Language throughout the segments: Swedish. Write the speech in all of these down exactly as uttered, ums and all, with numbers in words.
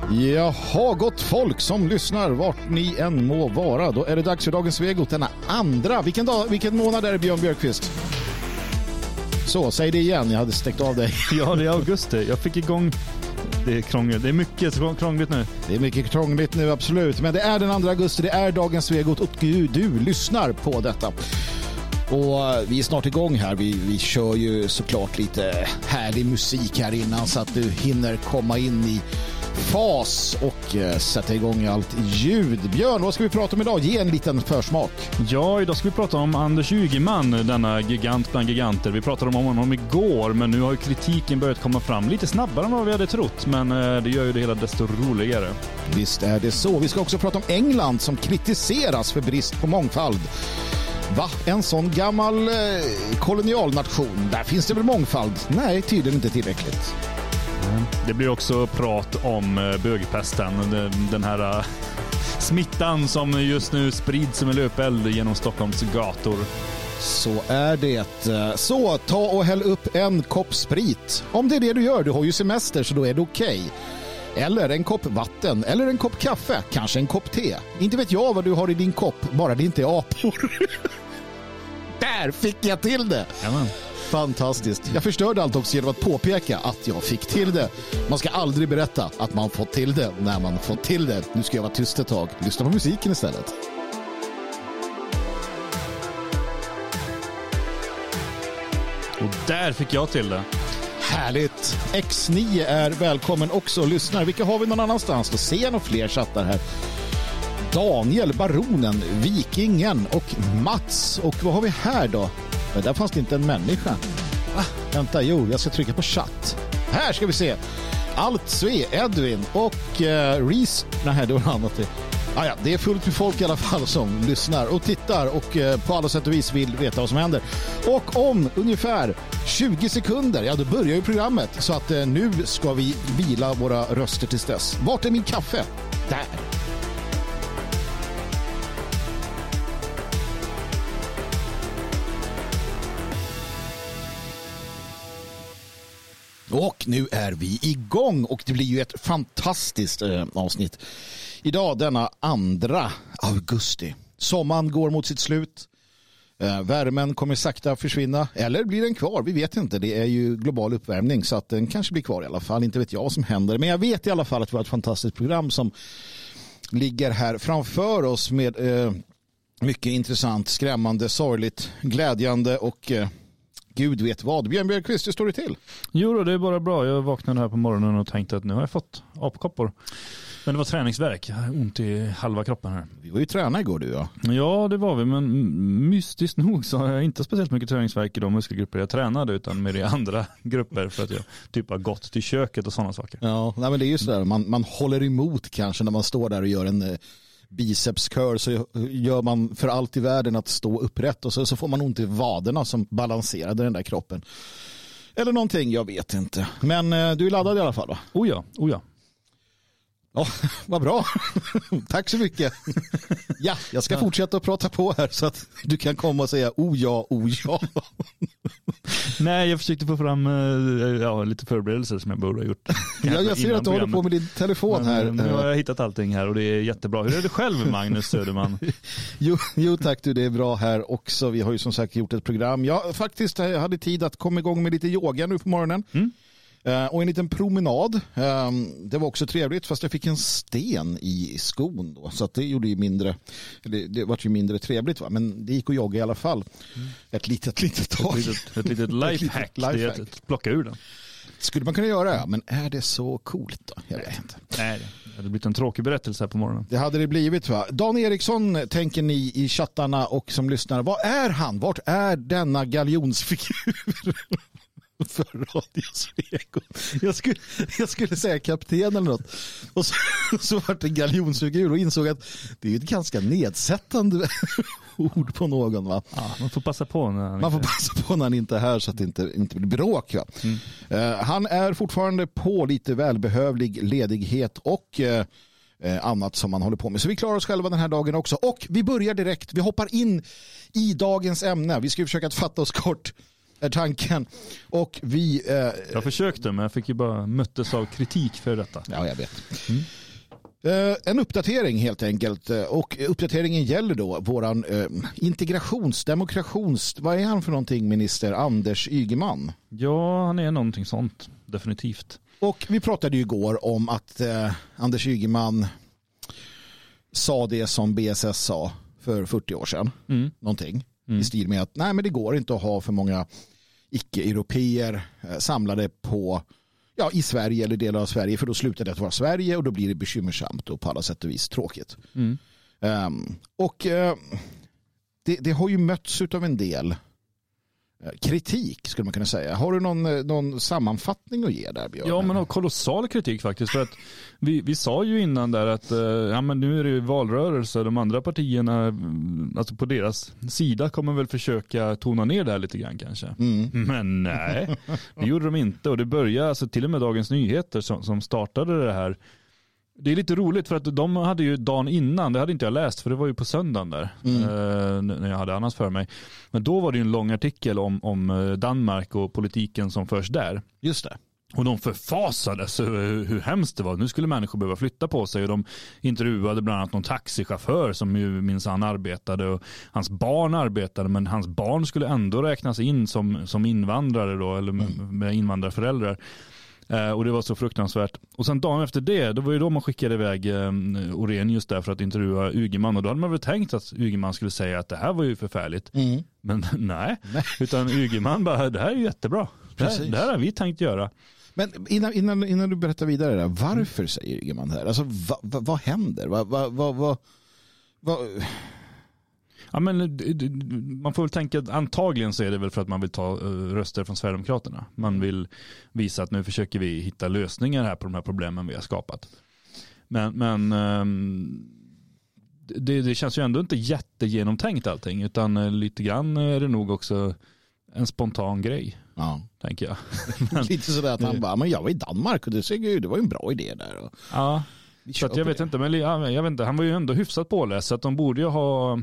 Jaha, gott folk som lyssnar vart ni än må vara. Då är det dags för dagens Svegot, denna andra. Vilken, dag, vilken månad är det, Björn Björkqvist? Så, säg det igen, jag hade stängt av dig. Ja, det är augusti. Jag fick igång... Det är krångligt. Det är mycket krångligt nu. Det är mycket krångligt nu, absolut. Men det är den andra augusti, det är dagens Svegot och gud, du lyssnar på detta. Och vi är snart igång här. Vi, vi kör ju såklart lite härlig musik här innan så att du hinner komma in i fas och eh, sätta igång allt ljud. Björn, vad ska vi prata om idag? Ge en liten försmak. Ja, idag ska vi prata om Anders Ygeman, denna gigant bland giganter. Vi pratade om honom igår, men nu har ju kritiken börjat komma fram lite snabbare än vad vi hade trott. Men eh, det gör ju det hela desto roligare. Visst är det så. Vi ska också prata om England som kritiseras för brist på mångfald. Va? En sån gammal eh, kolonialnation. Där finns det väl mångfald? Nej, tydligen inte tillräckligt. Det blir också prat om bögpesten, den här smittan som just nu sprids som en löpeld genom Stockholms gator. Så är det. Så, ta och häll upp en kopp sprit. Om det är det du gör, du har ju semester så då är det okej. Eller en kopp vatten, eller en kopp kaffe, kanske en kopp te. Inte vet jag vad du har i din kopp, bara det inte är apor. Där fick jag till det! Jamen. Fantastiskt. Jag förstörde allt också genom att påpeka att jag fick till det. Man ska aldrig berätta att man fått till det när man fått till det. Nu ska jag vara tyst ett tag. Lyssna på musiken istället. Och där fick jag till det. Härligt. X nio är välkommen också och lyssnar. Vilka har vi någon annanstans? Då ser jag nog fler chattar här. Daniel, Baronen, Vikingen och Mats. Och vad har vi här då? Men där fanns det inte en människa. Ah, vänta, jo, jag ska trycka på chatt. Här ska vi se. Allt Sve, Edvin och uh, Reese. Nej, det var annat. Ah, ja, det är fullt med folk i alla fall som lyssnar och tittar och uh, på alla sätt och vis vill veta vad som händer. Och om ungefär tjugo sekunder, ja då börjar ju programmet. Så att uh, nu ska vi vila våra röster tills dess. Vart är min kaffe? Där. Och nu är vi igång och det blir ju ett fantastiskt eh, avsnitt. Idag denna andra augusti. Sommaren går mot sitt slut. Eh, värmen kommer sakta försvinna. Eller blir den kvar? Vi vet inte. Det är ju global uppvärmning så att den kanske blir kvar i alla fall. Inte vet jag vad som händer. Men jag vet i alla fall att vi har ett fantastiskt program som ligger här framför oss med eh, mycket intressant, skrämmande, sorgligt, glädjande och... Eh, Gud vet vad. Björn Björkqvist, hur står det till? Jo då, det är bara bra. Jag vaknade här på morgonen och tänkte att nu har jag fått apkoppor. Men det var träningsvärk. Jag har ont i halva kroppen här. Vi var ju tränare igår du ja. Ja, det var vi. Men mystiskt nog så har jag inte speciellt mycket träningsvärk i de muskelgrupper jag tränade utan med i andra grupper för att jag typ har gått till köket och sådana saker. Ja, nej, men det är ju sådär. Man, man håller emot kanske när man står där och gör en... bicepskör så gör man för allt i världen att stå upprätt och så, så får man ont i vaderna som balanserade den där kroppen. Eller någonting, jag vet inte. Men eh, du är laddad i alla fall va? Oh ja, oh ja. Ja, vad bra. Tack så mycket. Ja, jag ska fortsätta att prata på här så att du kan komma och säga oh ja, oh ja. Nej, jag försökte få fram ja, lite förberedelser som jag borde ha gjort. Ja, jag ser att du håller på med din telefon här. Men, nu har jag hittat allting här och det är jättebra. Hur är det själv, Magnus Söderman? jo, jo, tack du, det är bra här också. Vi har ju som sagt gjort ett program. Jag faktiskt hade tid att komma igång med lite yoga nu på morgonen. Mm. Uh, och en liten promenad. Um, det var också trevligt fast jag fick en sten i skon då. Så att det gjorde ju mindre, det, det var ju mindre trevligt va. Men det gick att jogga i alla fall. Mm. Ett litet, litet tag. Ett litet, ett litet lifehack. Det är att, att plocka ur den. Skulle man kunna göra ja. Men är det så coolt då? Jag Nej. vet inte. Nej, det hade blivit en tråkig berättelse här på morgonen. Det hade det blivit va. Dan Eriksson tänker ni i chattarna och som lyssnar. Vad är han? Vart är denna galjonsfigur? För radiosvego. Jag skulle, jag skulle säga kapten eller något. Och så, så var det en galjonsfigur och insåg att det är ett ganska nedsättande ord på någon va. Ja, man får passa på när han man får passa på när han inte är här så att det inte, inte blir bråk va. Mm. Uh, han är fortfarande på lite välbehövlig ledighet och uh, uh, annat som man håller på med. Så vi klarar oss själva den här dagen också. Och vi börjar direkt. Vi hoppar in i dagens ämne. Vi ska försöka att fatta oss kort. är tanken. Och vi... Eh, jag försökte, men jag fick ju bara möttes av kritik för detta. Ja, jag vet. Mm. Eh, en uppdatering helt enkelt. Och uppdateringen gäller då våran eh, integrations, demokrations... Vad är han för någonting, minister Anders Ygeman? Ja, han är någonting sånt. Definitivt. Och vi pratade ju igår om att eh, Anders Ygeman sa det som B S S sa för fyrtio år sedan. Mm. Någonting. Mm. I stil med att nej, men det går inte att ha för många icke-europeer eh, samlade på, ja, i Sverige eller delar av Sverige, för då slutar det att vara Sverige och då blir det bekymmersamt och på alla sätt och vis tråkigt. Mm. Um, och uh, det, det har ju mötts av en del kritik, skulle man kunna säga. Har du någon, någon sammanfattning att ge där, Björn? Ja, men kolossal kritik faktiskt. För att vi, vi sa ju innan där att ja, men nu är det ju valrörelse. De andra partierna, alltså på deras sida, kommer väl försöka tona ner det här lite grann kanske. Mm. Men nej, det gjorde de inte. Och det började, alltså till och med Dagens Nyheter som, som startade det här. Det är lite roligt för att de hade ju dagen innan, det hade inte jag läst för det var ju på söndagen där mm. eh, när jag hade annars för mig. Men då var det ju en lång artikel om, om Danmark och politiken som förs där. Just det. Och de förfasades hur, hur hemskt det var. Nu skulle människor behöva flytta på sig och de intervjuade bland annat någon taxichaufför som ju minsann arbetade och hans barn arbetade, men hans barn skulle ändå räknas in som, som invandrare då, eller med, mm. med invandrarföräldrar. Uh, och det var så fruktansvärt. Och sen dagen efter det, då var ju då man skickade iväg uh, Orenius där för att intervjua Ygeman. Och då hade man väl tänkt att Ygeman skulle säga att det här var ju förfärligt. Mm. Men nej. nej, utan Ygeman bara, det här är ju jättebra. Det här, det här har vi tänkt göra. Men innan, innan, innan du berättar vidare där, varför mm. säger Ygeman det här? Alltså va, va, vad händer? Va, va, va, va, va... Ja, men man får väl tänka att antagligen så är det väl för att man vill ta röster från Sverigedemokraterna. Man vill visa att nu försöker vi hitta lösningar här på de här problemen vi har skapat. Men, men det, det känns ju ändå inte jättegenomtänkt allting, utan lite grann är det nog också en spontan grej. Ja. Tänker jag. Men, lite sådär att han bara, men jag var i Danmark och det, såg, det var ju en bra idé där. Och ja, så att jag vet inte, men jag vet inte, han var ju ändå hyfsat påläst så att de borde ju ha...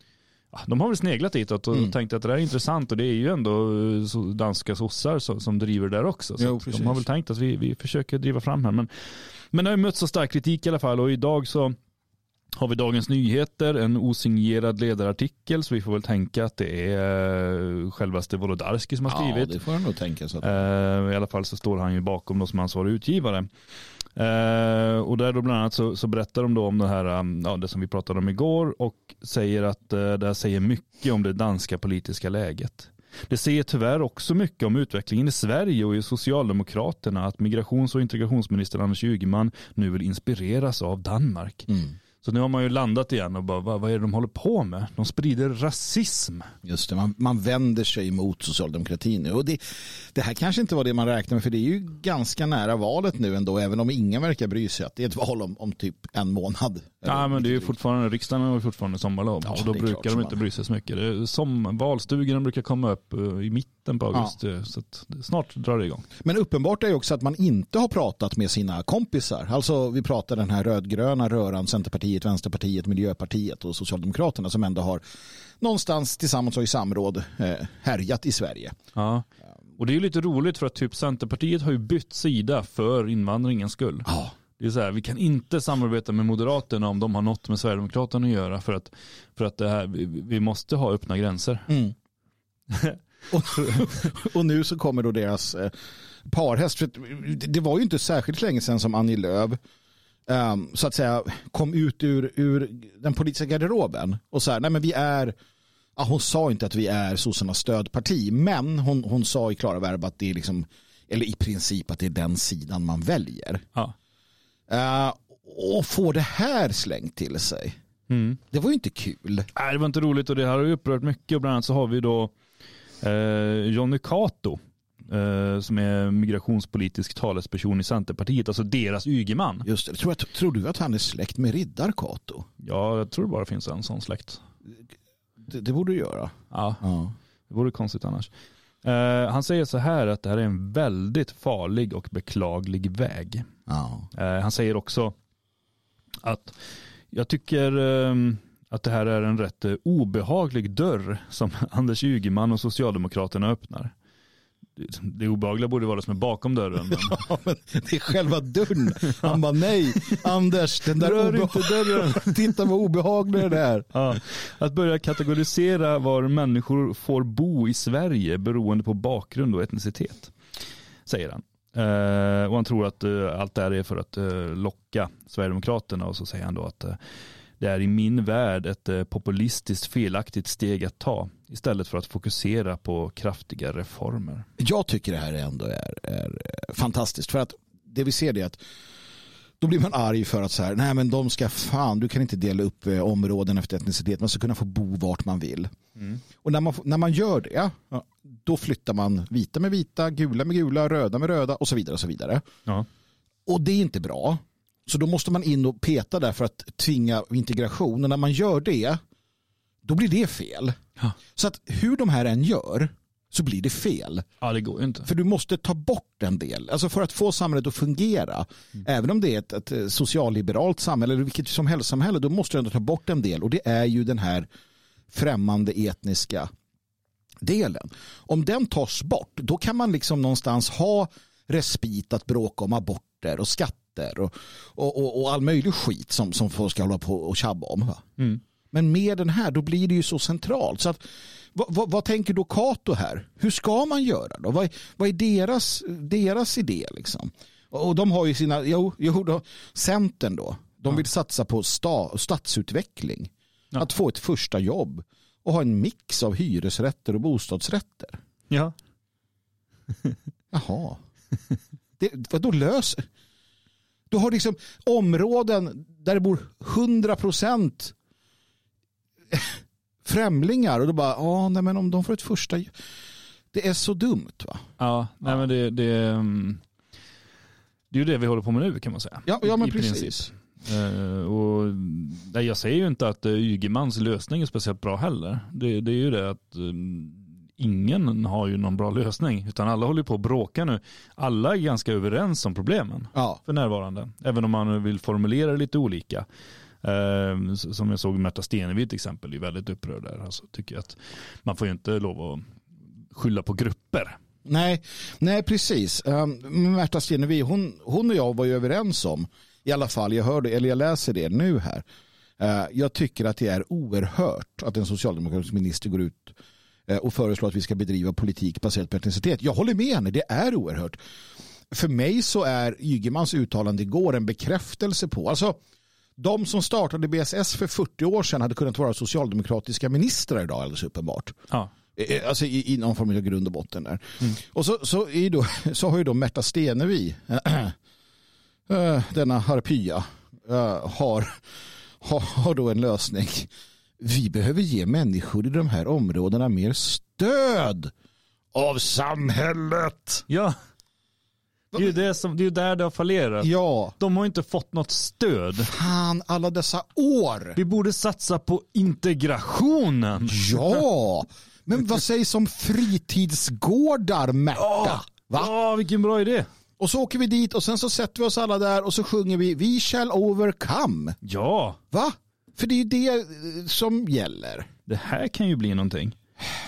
De har väl sneglat ditåt och mm. tänkt att det där är intressant och det är ju ändå danska sossar som, som driver där också. Så jo, de har väl tänkt att vi, vi försöker driva fram här. Men, men det har ju mött så stark kritik i alla fall och idag så har vi Dagens Nyheter, en osignerad ledarartikel så vi får väl tänka att det är självaste Wolodarski som har skrivit. Ja, det får jag nog tänka så. Uh, I alla fall så står han ju bakom då som ansvarig utgivare. Uh, och där då bland annat så, så berättar de då om det här, um, ja, det som vi pratade om igår och säger att uh, det här säger mycket om det danska politiska läget. Det säger tyvärr också mycket om utvecklingen i Sverige och i Socialdemokraterna att migrations- och integrationsminister Anders Ygeman nu vill inspireras av Danmark. Mm. Så nu har man ju landat igen och bara, vad, vad är det de håller på med? De sprider rasism. Just det, man, man vänder sig mot socialdemokratin nu. Och det, det här kanske inte var det man räknade med, för det är ju ganska nära valet nu ändå, även om ingen verkar bry sig att det är ett val om, om typ en månad. Ja, men det är ju fortfarande, riksdagen har ju fortfarande sommarlov. Ja, och då brukar de inte bry sig så mycket. Det är som valstugorna brukar komma upp i mitten på augusti, ja. Så att snart drar det igång. Men uppenbart är ju också att man inte har pratat med sina kompisar. Alltså vi pratar den här rödgröna röran, Centerpartiet, Vänsterpartiet, Miljöpartiet och Socialdemokraterna som ändå har någonstans tillsammans och i samråd eh, härjat i Sverige. Ja, och det är ju lite roligt för att typ Centerpartiet har ju bytt sida för invandringens skull. Ja. Det är så här, vi kan inte samarbeta med Moderaterna om de har något med Sverigedemokraterna att göra för att, för att det här, vi, vi måste ha öppna gränser. Mm. och, och nu så kommer då deras eh, parhäst. För det var ju inte särskilt länge sedan som Annie Lööf um, så att säga kom ut ur, ur den politiska garderoben och så här, nej men vi är, ja, hon sa inte att vi är sossarnas stödparti, men hon, hon sa i klara verb att det är liksom, eller i princip att det är den sidan man väljer. Ja. Uh, och få det här slängt till sig. Mm. Det var ju inte kul. Nej, det var inte roligt och det här har ju upprört mycket och bland annat så har vi då eh, Jonny Cato eh, som är migrationspolitisk talesperson i Centerpartiet, alltså deras Ygeman. Just det, tror, jag, tror du att han är släkt med Riddar Cato? Ja, jag tror det bara finns en sån släkt. Det, det borde du göra. Ja, ja, det vore konstigt annars. Uh, han säger så här att det här är en väldigt farlig och beklaglig väg. Ja. Uh, han säger också att jag tycker um, att det här är en rätt uh, obehaglig dörr som Anders Ygeman och Socialdemokraterna öppnar. det obehagliga borde vara det som är bakom dörren. Men... Ja, men det är själva dörren. Han bara, nej, Anders, den där rör obe... inte dörren. Titta vad obehagligt det är. Ja, att börja kategorisera var människor får bo i Sverige beroende på bakgrund och etnicitet, säger han. Uh, och han tror att uh, allt det här är för att uh, locka Sverigedemokraterna, och så säger han då att uh, det är i min värld ett uh, populistiskt felaktigt steg att ta istället för att fokusera på kraftiga reformer. Jag tycker det här ändå är, är fantastiskt, för att det vi ser är att då blir man arg för att så här, nej men de ska fan, du kan inte dela upp eh, områden efter etnicitet, man ska kunna få bo vart man vill. Mm. Och när man, när man gör det, ja, då flyttar man vita med vita, gula med gula, röda med röda och så vidare och så vidare. Ja. Och det är inte bra. Så då måste man in och peta där för att tvinga integration, och när man gör det, då blir det fel. Ja. Så att hur de här än gör så blir det fel. Ja, det går ju inte. För du måste ta bort en del. Alltså för att få samhället att fungera. Mm. Även om det är ett, ett socialliberalt samhälle eller vilket som helst samhälle, då måste du ändå ta bort en del. Och det är ju den här främmande etniska delen. Om den tas bort, då kan man liksom någonstans ha respit att bråka om aborter och skatter och, och, och, och all möjlig skit som, som folk ska hålla på och tjabba om. Va? Mm. Men med den här, då blir det ju så centralt. Så att Vad, vad, vad tänker då Kato här? Hur ska man göra då? Vad är, vad är deras, deras idé liksom? Och, och de har ju sina, jo, jo då, Centern då, de ja. vill satsa på sta, stadsutveckling. Ja. Att få ett första jobb och ha en mix av hyresrätter och bostadsrätter. Ja. Jaha. Det, vad då löser? Du har liksom områden där det bor hundra procent främlingar, och då bara, ja, nej, men om de får ett första, det är så dumt, va? Ja, nej, ja. men det, det, det är ju det vi håller på med nu, kan man säga. Ja, ja men I precis. Uh, och nej, jag säger ju inte att uh, Ygemans lösning är speciellt bra heller. Det, det är ju det att um, ingen har ju någon bra lösning, utan alla håller på att bråka nu. Alla är ganska överens om problemen ja. för närvarande, även om man vill formulera det lite olika. Uh, som jag såg Märta Stenevi till exempel är väldigt upprörd där. Alltså, tycker jag att man får ju inte lov att skylla på grupper. Nej, nej precis. Um, Märta Stenevi, hon, hon och jag var ju överens om, i alla fall jag hörde, eller jag läser det nu här. Uh, jag tycker att det är oerhört att en socialdemokratisk minister går ut uh, och föreslår att vi ska bedriva politik baserat på etnicitet. Jag håller med henne, det är oerhört. För mig så är Ygemans uttalande igår en bekräftelse på, alltså de som startade B S S för fyrtio år sedan hade kunnat vara socialdemokratiska ministrar idag, alldeles uppenbart. Ja. Alltså i, i någon form av grund och botten där. Mm. Och så, så, är då, så har ju då Märta Stenevi, äh, denna harpya, äh, har, har, har då en lösning. Vi behöver ge människor i de här områdena mer stöd av samhället. Ja. Det är ju det som, det är ju där det har fallerat. Ja. De har inte fått något stöd. Fan, alla dessa år. Vi borde satsa på integrationen. Ja, men vad sägs om fritidsgårdar, Märta? Ja, ja, vilken bra idé. Och så åker vi dit och sen så sätter vi oss alla där och så sjunger vi We shall overcome. Ja. Va? För det är det som gäller. Det här kan ju bli någonting.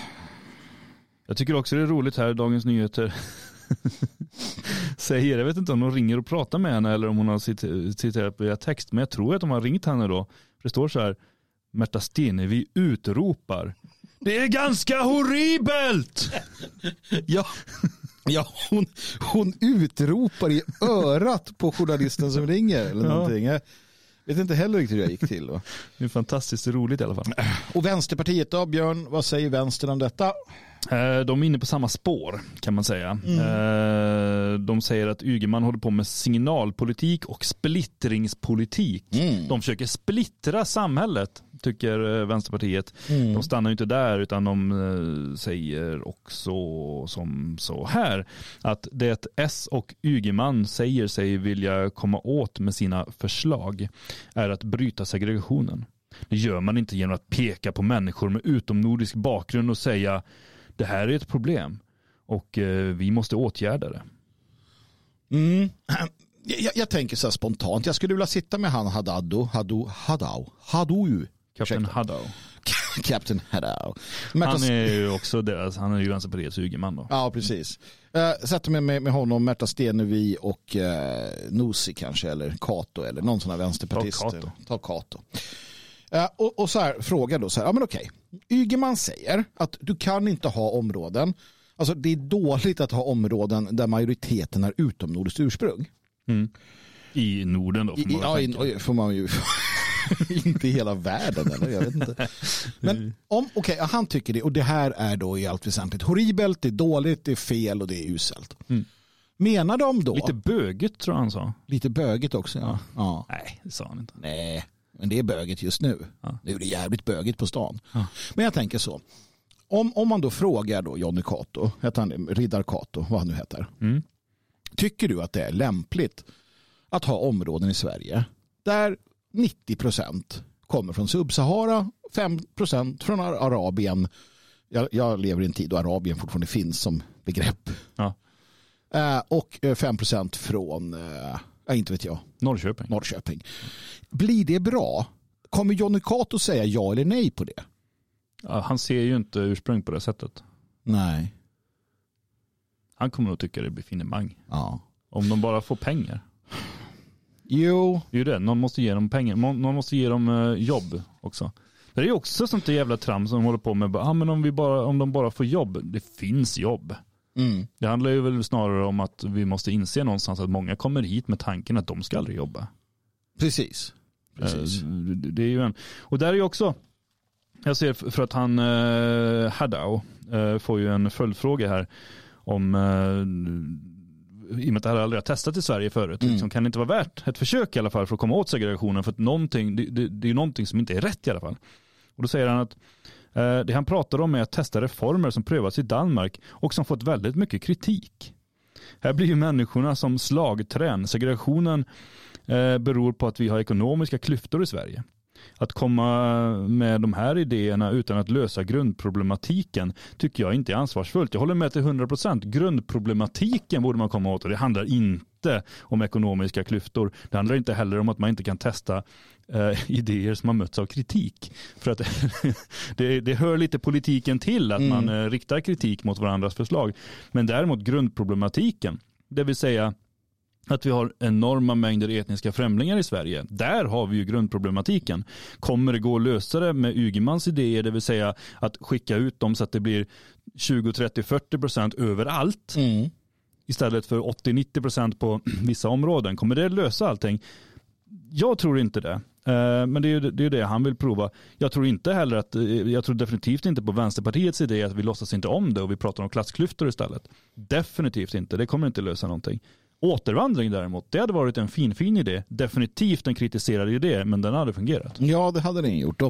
Jag tycker också det är roligt här, Dagens Nyheter säger, jag vet inte om de ringer och pratar med henne eller om hon har citerat via text, men jag tror att de har ringt henne då. Det står så här: Märta Stenevi utropar: det är ganska horribelt! Ja, ja hon, hon utropar i örat på journalisten som ringer eller ja. någonting. Jag vet inte heller riktigt hur jag gick till. Va? Det är fantastiskt roligt i alla fall. Och Vänsterpartiet då, Björn, vad säger vänstern om detta? De är inne på samma spår, kan man säga. Mm. De säger att Ygeman håller på med signalpolitik och splittringspolitik. Mm. De försöker splittra samhället, tycker Vänsterpartiet. Mm. De stannar ju inte där, utan de säger också som så här, att det S och Ygeman säger sig vilja komma åt med sina förslag är att bryta segregationen. Det gör man inte genom att peka på människor med utomnordisk bakgrund och säga: det här är ett problem och eh, vi måste åtgärda det. Mm. Jag, jag tänker så här spontant. Jag skulle vilja sitta med han Haddad, Haddou, Haddou, Haddou. Kapten Haddou. Captain Haddow. Han är ju också deras, han är ju Vänsterpartiets Ygeman då. Ja, precis. Uh, sätter mig med, med honom, Märta Stenevi och uh, Nosi kanske, eller Kato, eller någon sån här vänsterpartist. Ta Kato. Ta Kato. Uh, och, och så här, fråga då så här, ja men okej. Ygeman säger att du kan inte ha områden, alltså det är dåligt att ha områden där majoriteten är utomnordiskt ursprung. Mm. I Norden då? Får man I, ja, i, får man ju... inte i hela världen, eller? Jag vet inte. Men om, okej, okay, han tycker det, och det här är då i allt väsentligt horribelt, det är dåligt, det är fel och det är uselt. Mm. Menar de då... Lite böget tror jag han sa. Lite böget också, ja. ja. Nej, det sa han inte. Nej, men det är böget just nu. Ja. Nu är det jävligt böget på stan. Ja. Men jag tänker så. Om, om man då frågar då Johnny Kato, heter han Riddar Kato, vad han nu heter. Mm. Tycker du att det är lämpligt att ha områden i Sverige där nittio procent kommer från Subsahara, fem procent från Arabien. Jag, jag lever i en tid då Arabien fortfarande finns som begrepp. Ja. Eh, och fem procent från, eh, inte vet jag, Norrköping. Norrköping. Blir det bra? Kommer Johnny Kato säga ja eller nej på det? Ja, han ser ju inte ursprung på det sättet. Nej. Han kommer nog tycka det blir finemang. Ja. Om de bara får pengar. Jo. Det är ju det. Någon måste ge dem pengar. Någon måste ge dem uh, jobb också. Det är ju också sånt där jävla tram som de håller på med. Ah, men om, vi bara, om de bara får jobb. Det finns jobb. Mm. Det handlar ju väl snarare om att vi måste inse någonstans att många kommer hit med tanken att de ska aldrig jobba. Precis. Precis. Uh, det är ju en... Och där är ju också... Jag ser för att han uh, Haddow uh, får ju en följdfråga här om... Uh, i och med att det här aldrig har testat i Sverige förut. Mm. Liksom, kan det inte vara värt ett försök i alla fall för att komma åt segregationen, för att någonting, det, det, det är ju någonting som inte är rätt i alla fall. Och då säger han att eh, det han pratar om är att testa reformer som prövats i Danmark och som fått väldigt mycket kritik. Här blir ju människorna som slagträn. Segregationen eh, beror på att vi har ekonomiska klyftor i Sverige. Att komma med de här idéerna utan att lösa grundproblematiken tycker jag inte är ansvarsfullt. Jag håller med till hundra procent. Grundproblematiken borde man komma åt, och det handlar inte om ekonomiska klyftor. Det handlar inte heller om att man inte kan testa eh, idéer som har mötts av kritik. För att det, det hör lite politiken till att mm. man eh, riktar kritik mot varandras förslag. Men däremot grundproblematiken, det vill säga att vi har enorma mängder etniska främlingar i Sverige. Där har vi ju grundproblematiken. Kommer det gå att lösa det med Ygemans idéer, det vill säga att skicka ut dem så att det blir tjugo, trettio, fyrtio procent överallt mm. istället för åttio, nittio procent på vissa områden? Kommer det lösa allting? Jag tror inte det. Men det är ju det, är det han vill prova. Jag tror inte heller att, jag tror definitivt inte på Vänsterpartiets idé att vi låtsas inte om det och vi pratar om klassklyftor istället. Definitivt inte. Det kommer inte lösa någonting. Återvandring däremot, det hade varit en fin fin idé. Definitivt en kritiserad idé, men den hade fungerat. Ja, det hade den gjort. Och,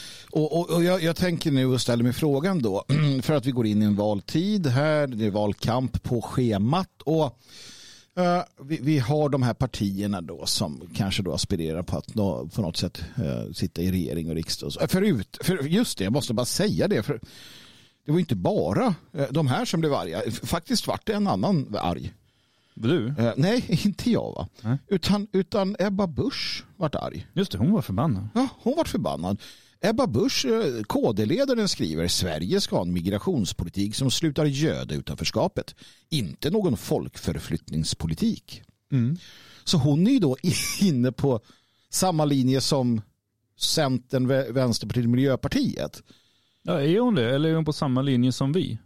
och, och jag, jag tänker nu och ställer mig frågan då, för att vi går in i en valtid här, det är valkamp på schemat, och uh, vi, vi har de här partierna då som kanske då aspirerar på att nå, på något sätt uh, sitta i regering och riksdag. Förut, för just det, jag måste bara säga det, för det var inte bara uh, de här som blev arga. Faktiskt var det en annan arg. Du? Eh, nej, inte jag va. Nej. Utan, utan Ebba Busch vart arg. Just det, hon var förbannad. Ja, hon var förbannad. Ebba Busch, eh, K D-ledaren, skriver: Sverige ska ha en migrationspolitik som slutar göda utanförskapet. Inte någon folkförflyttningspolitik. Mm. Så hon är ju då inne på samma linje som Centern, Vänsterpartiet och Miljöpartiet. Ja, är hon det? Eller är hon på samma linje som vi?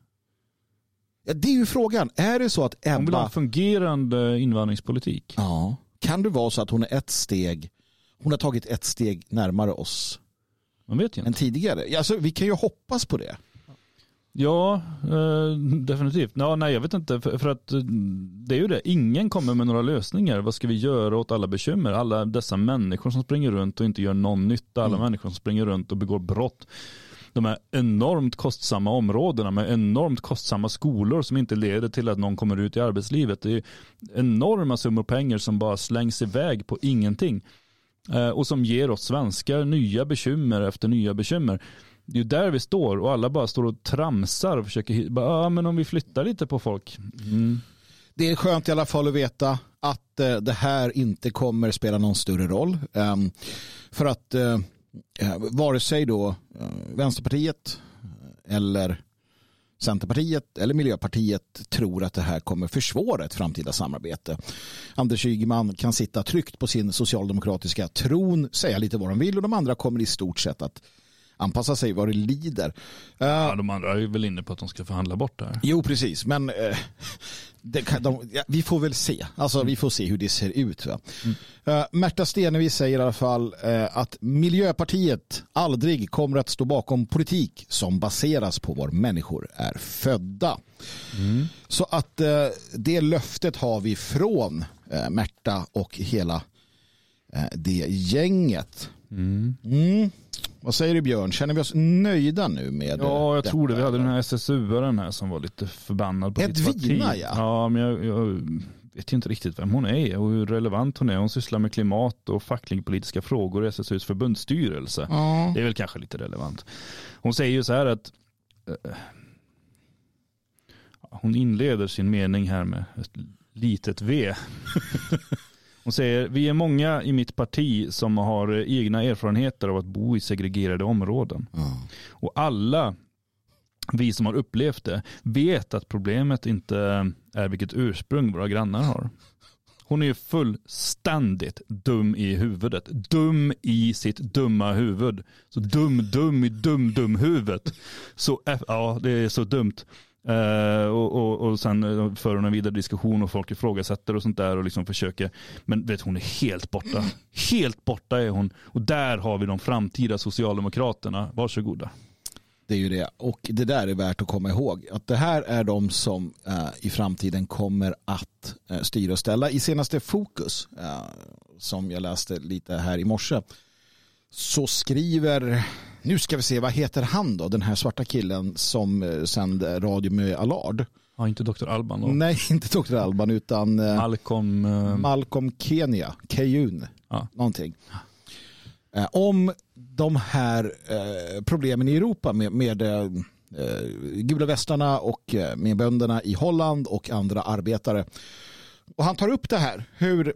Ja, det är ju frågan. Är det så att Ebba... Hon vill ha en fungerande invandringspolitik. Ja. Kan det vara så att hon är ett steg... Hon har tagit ett steg närmare oss. Man vet ju inte. Än tidigare. Alltså, vi kan ju hoppas på det. Ja, eh, definitivt. Ja, nej, jag vet inte. För, för att det är ju det. Ingen kommer med några lösningar. Vad ska vi göra åt alla bekymmer? Alla dessa människor som springer runt och inte gör någon nytta. Alla mm. människor som springer runt och begår brott. De här enormt kostsamma områdena med enormt kostsamma skolor som inte leder till att någon kommer ut i arbetslivet. Det är enorma summor pengar som bara slängs iväg på ingenting. Eh, och som ger oss svenskar nya bekymmer efter nya bekymmer. Det är ju där vi står och alla bara står och tramsar och försöker, bara, ja men om vi flyttar lite på folk. Mm. Det är skönt i alla fall att veta att eh, det här inte kommer spela någon större roll. Um, för att... Eh, eh, vare sig då eh, Vänsterpartiet eller Centerpartiet eller Miljöpartiet tror att det här kommer försvåra ett framtida samarbete. Anders Ygeman kan sitta tryggt på sin socialdemokratiska tron, säga lite vad de vill, och de andra kommer i stort sett att anpassa sig vad det lider. Ja, de andra är väl inne på att de ska förhandla bort det här. Jo, precis. Men eh, det kan, de, ja, vi får väl se. Alltså, mm. vi får se hur det ser ut. Va? Mm. Uh, Märta Stenevi säger i alla fall uh, att Miljöpartiet aldrig kommer att stå bakom politik som baseras på var människor är födda. Mm. Så att uh, det löftet har vi från uh, Märta och hela uh, det gänget. Mm. Mm. Vad säger du, Björn? Känner vi oss nöjda nu med Ja, jag detta? tror det. Vi hade den här S S U-aren här som var lite förbannad på Edvina, sitt parti. ja. Ja, men jag, jag vet ju inte riktigt vem hon är och hur relevant hon är. Hon sysslar med klimat och fackliga politiska frågor i S S U:s förbundsstyrelse. Ja. Det är väl kanske lite relevant. Hon säger ju så här att eh, hon inleder sin mening här med ett litet V. Hon säger, vi är många i mitt parti som har egna erfarenheter av att bo i segregerade områden. Mm. Och alla vi som har upplevt det vet att problemet inte är vilket ursprung våra grannar har. Hon är ju fullständigt dum i huvudet. Dum i sitt dumma huvud. Så dum, dum i dum, dum huvudet. Så, ja, det är så dumt. Uh, och, och, och sen för hon en vidare diskussion och folk ifrågasätter och sånt där och liksom försöker, men vet hon är helt borta helt borta är hon, och där har vi de framtida socialdemokraterna, varsågoda. Det är ju det, och det där är värt att komma ihåg att det här är de som uh, i framtiden kommer att uh, styra och ställa. I senaste Fokus uh, som jag läste lite här i morse så skriver, nu ska vi se, vad heter han då? Den här svarta killen som sände radio med Allard. Ja, inte doktor Alban då? Nej, inte doktor Alban utan Malcolm, uh... Malcolm Kenya, Keyun, ja. Någonting. Eh, om de här eh, problemen i Europa med, med eh, gula västarna och eh, med bönderna i Holland och andra arbetare. Och han tar upp det här, hur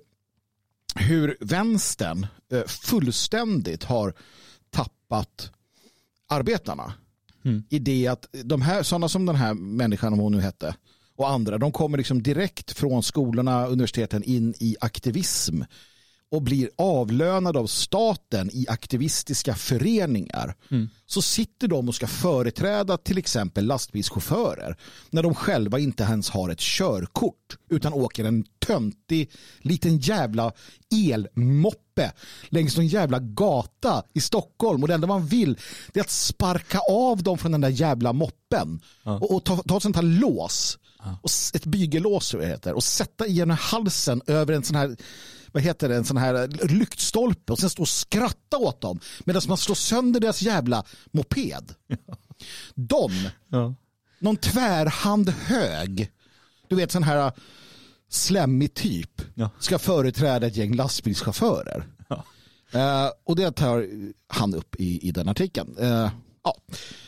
hur vänstern eh, fullständigt har tappat arbetarna. Mm. I det att de här, sådana som den här människan, om hon nu hette, och andra, de kommer liksom direkt från skolorna, universiteten in i aktivism och blir avlönade av staten i aktivistiska föreningar. Mm. Så sitter de och ska företräda till exempel lastbilschaufförer när de själva inte ens har ett körkort utan åker en töntig liten jävla elmoppe längs någon jävla gata i Stockholm, och det enda man vill det är att sparka av dem från den där jävla moppen ja. och, och ta, ta ett sånt här lås ja. och ett bygellås så det heter, och sätta igenom halsen över en sån här, vad heter det, en sån här lyktstolpe och sen stå och skratta åt dem medan man slår sönder deras jävla moped. Ja. De, ja. någon tvärhand hög, du vet sån här slemmig typ, ja. ska företräda ett gäng lastbilschaufförer. Ja. Uh, och det tar han upp i, i den artikeln. Uh, ja.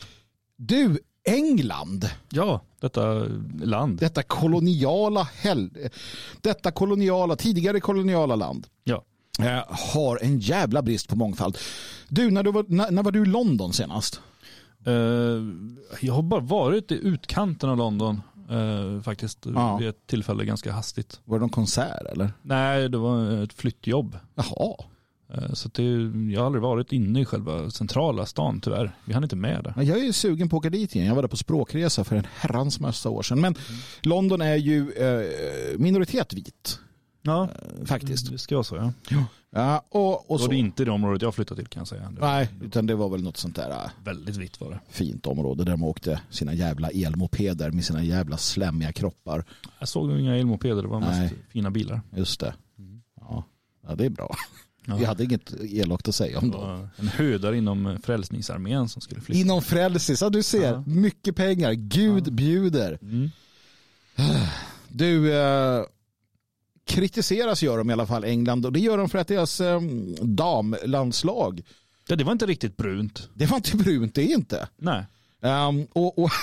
Du, England. Ja, detta land. Detta koloniala hel... detta koloniala, tidigare koloniala land. Ja. Uh, har en jävla brist på mångfald. Du, när, du var, när, när var du i London senast? Uh, jag har bara varit i utkanten av London. Uh, faktiskt ja. vid ett tillfälle ganska hastigt. Var det någon konsert eller? Nej, det var ett flyttjobb. Jaha. Uh, så det, jag har aldrig varit inne i själva centrala stan tyvärr. Vi hann inte med det. Jag är sugen på att åka dit igen. Jag var där på språkresa för en herrans massa år sedan. Men mm. London är ju uh, minoritet vit. Ja, uh, faktiskt. Det ska jag säga. Ja. Ja, och, och så. Det var inte i det området jag flyttade till kan jag säga. Nej, utan det var väl något sånt där äh, väldigt vitt var det. Fint område där de åkte sina jävla elmopeder med sina jävla slämmiga kroppar. Jag såg nog inga elmopeder, det var mest Nej. fina bilar. Just det. Mm. Ja. ja, det är bra. Ja. Vi hade inget elakt att säga om dem. En hödare inom Frälsningsarmén som skulle flytta. Inom Frälsnings, ja du ser. Ja. Mycket pengar. Gud ja. bjuder. Mm. Du... Uh, kritiseras gör de i alla fall England, och det gör de för att deras eh, damlandslag, ja, det var inte riktigt brunt. Det var inte brunt, det är inte. Nej. Um, och, och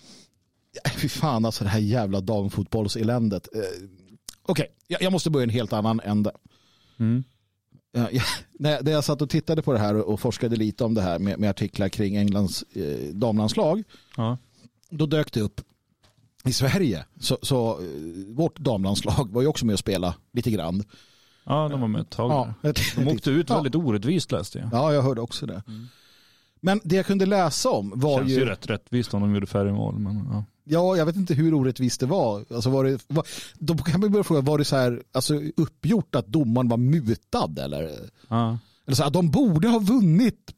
fy fan alltså det här jävla damfotbollseländet. Uh, Okej, okay, jag, jag måste börja en helt annan ände. Mm. Ja, när, när jag satt och tittade på det här och forskade lite om det här med, med artiklar kring Englands eh, damlandslag, ja. då dök det upp i Sverige. Så, så eh, vårt damlandslag var ju också med att spela lite grann. Ja, de var med ett tag. Ja, de åkte ut ja. väldigt orättvist, läste jag. Ja, jag hörde också det. Mm. Men det jag kunde läsa om var känns ju... ju rätt rättvist om de gjorde färre mål. Men, ja. ja, jag vet inte hur orättvist det var. Alltså var det, var, då kan man börja fråga, var det så här alltså, uppgjort att domaren var mutad? Eller, ja. eller så här, de borde ha vunnit.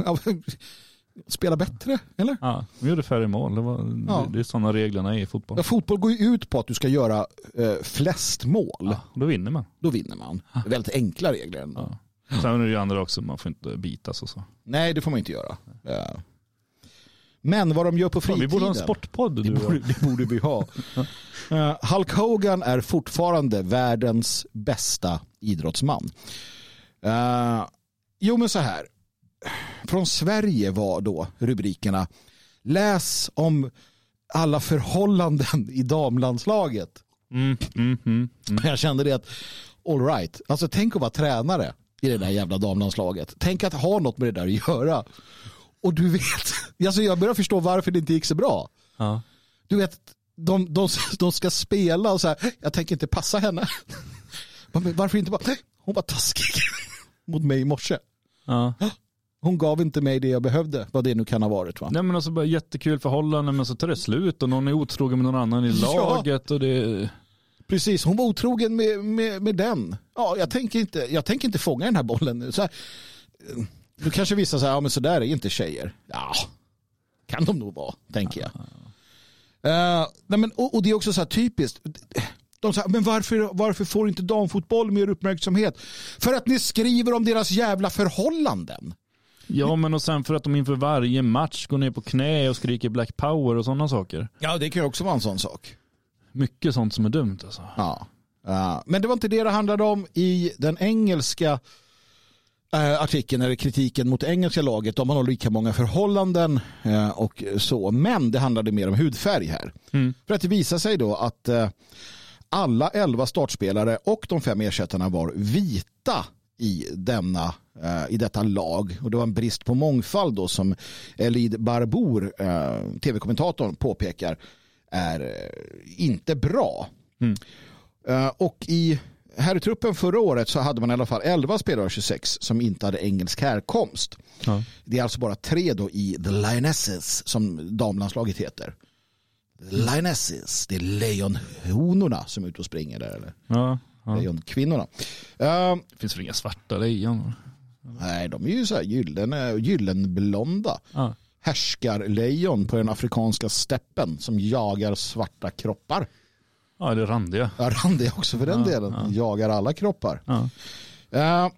Spela bättre, eller? Ja, de gjorde färre mål. Det, var, ja. det, det är sådana reglerna i fotboll. Ja, fotboll går ju ut på att du ska göra eh, flest mål. Ja, då vinner man. Då vinner man. Det är väldigt enkla regler ändå. Ja. Sen är det ju andra också, man får inte bitas och så. Nej, det får man inte göra. Ja. Men vad de gör på fritiden... Ja, vi borde ha en sportpodd. Det borde, det borde vi ha. uh, Hulk Hogan är fortfarande världens bästa idrottsman. Uh, jo, men så här. Från Sverige var då rubrikerna: läs om alla förhållanden i damlandslaget. Mm, mm, mm, mm. Jag kände det att all right. Alltså tänk att vara tränare i det där jävla damlandslaget. Tänk att ha något med det där att göra. Och du vet, alltså jag börjar förstå varför det inte gick så bra. Ja. Du vet, de, de, de ska spela och så här, jag tänker inte passa henne. Varför inte bara, hon var taskig mot mig i morse. Ja. Hon gav inte mig det jag behövde, vad det nu kan ha varit, va? Nej, men alltså bara jättekul förhållande, men så tar det slut och någon är otrogen med någon annan i laget. Ja. Och det... Precis, hon var otrogen med, med, med den. Ja, jag tänker inte, jag tänker inte fånga den här bollen nu. Så här, du kanske visar så här, ja men så där är inte tjejer. Ja, kan de nog vara, tänker jag. Uh, nej men, och, och det är också så här typiskt. De säger, men varför, varför får inte damfotboll mer uppmärksamhet? För att ni skriver om deras jävla förhållanden. Ja, men och sen för att de inför varje match går ner på knä och skriker Black Power och sådana saker. Ja, det kan ju också vara en sån sak. Mycket sånt som är dumt alltså. Ja. Uh, men det var inte det det handlade om i den engelska uh, artikeln eller kritiken mot engelska laget. De har lika många förhållanden uh, och så. Men det handlade mer om hudfärg här. Mm. För att det visar sig då att uh, alla elva startspelare och de fem ersättarna var vita i denna uh, i detta lag. Och det var en brist på mångfald då, som Elid Barbour, uh, tv-kommentatorn, påpekar är uh, inte bra. Mm. Uh, och i här i truppen förra året så hade man i alla fall elva spelare av tjugosex som inte hade engelsk härkomst. Ja. Det är alltså bara tre då i The Lionesses, som damlandslaget heter. The Lionesses, det är lejonhonorna som är ute och springer där, eller? Ja, ja. Lejonkvinnorna. Uh, det finns väl inga svarta lejon? Nej, de är ju så här gyllene, gyllenblonda. Ja. Härskarlejon på den afrikanska steppen som jagar svarta kroppar. Ja, det är randiga. Ja, randiga också för den ja, delen. Ja. Jagar alla kroppar. Ja. Uh,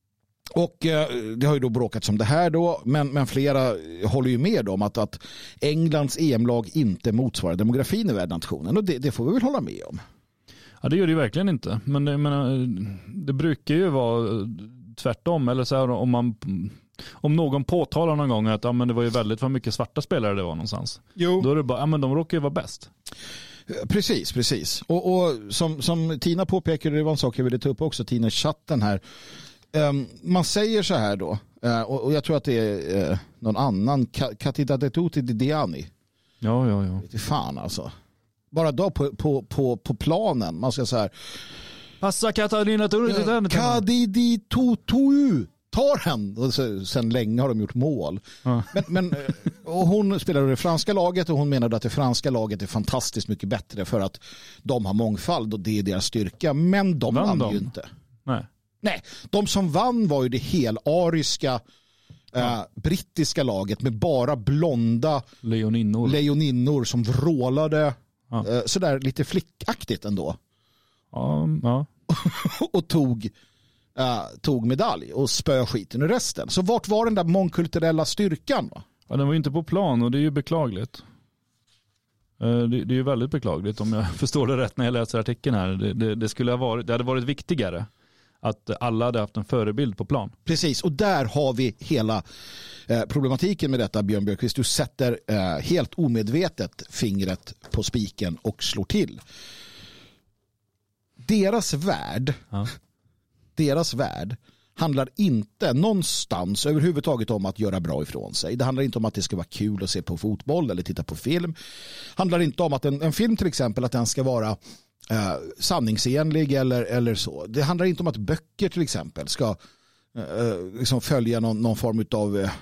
och uh, det har ju då bråkats om det här då, men, men flera håller ju med om att, att Englands E M-lag inte motsvarar demografin i världsnationen, och det, det får vi väl hålla med om. Ja, det gör det ju verkligen inte. Men det, menar, det brukar ju vara tvärtom, eller så här, om man om någon påtalar någon gång att ja, men det var ju väldigt vad mycket svarta spelare det var någonstans. Jo. Då är det bara, ja men de råkar ju vara bäst. Precis, precis. Och, och som, som Tina påpekade, det var en sak jag ville ta upp också, Tina, i chatten här. Um, man säger så här då, uh, och, och jag tror att det är uh, någon annan, Katida Detuti Diani. Ja, ja, ja. Det är fan alltså. Bara då på, på, på, på planen, man ska så här. Passa Katarina Turti. Kadidi Tutu. Tar den. Och så, sen länge har de gjort mål. Ja. Men, men, och hon spelade i det franska laget och hon menade att det franska laget är fantastiskt mycket bättre för att de har mångfald och det är deras styrka. Men de vann, vann de? ju inte. Nej. Nej, de som vann var ju det helariska ja. eh, brittiska laget med bara blonda lejoninnor, lejoninnor som vrålade ja. eh, sådär lite flickaktigt ändå. Ja, ja. och tog Uh, tog medalj och spö skiten i resten. Så vart var den där mångkulturella styrkan? Va? Ja, den var ju inte på plan och det är ju beklagligt. Uh, det, det är ju väldigt beklagligt om jag förstår det rätt när jag läser artikeln här. Det, det, det, skulle ha varit, det hade varit viktigare att alla hade haft en förebild på plan. Precis, och där har vi hela eh, problematiken med detta, Björn Björkqvist. Du sätter eh, helt omedvetet fingret på spiken och slår till. Deras värld... Ja. Deras värld handlar inte någonstans överhuvudtaget om att göra bra ifrån sig. Det handlar inte om att det ska vara kul att se på fotboll eller titta på film. Det handlar inte om att en, en film till exempel att den ska vara eh, sanningsenlig eller, eller så. Det handlar inte om att böcker till exempel ska eh, liksom följa någon, någon form av eh,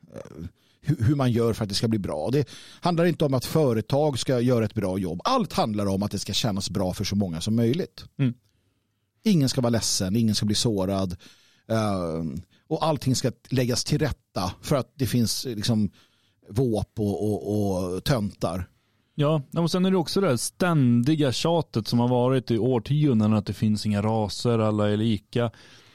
hur man gör för att det ska bli bra. Det handlar inte om att företag ska göra ett bra jobb. Allt handlar om att det ska kännas bra för så många som möjligt. Mm. Ingen ska vara ledsen, ingen ska bli sårad. Uh, och allting ska läggas till rätta för att det finns liksom våp och, och, och töntar. Ja, och sen är det också det ständiga tjatet som har varit i årtionden att det finns inga raser, alla är lika.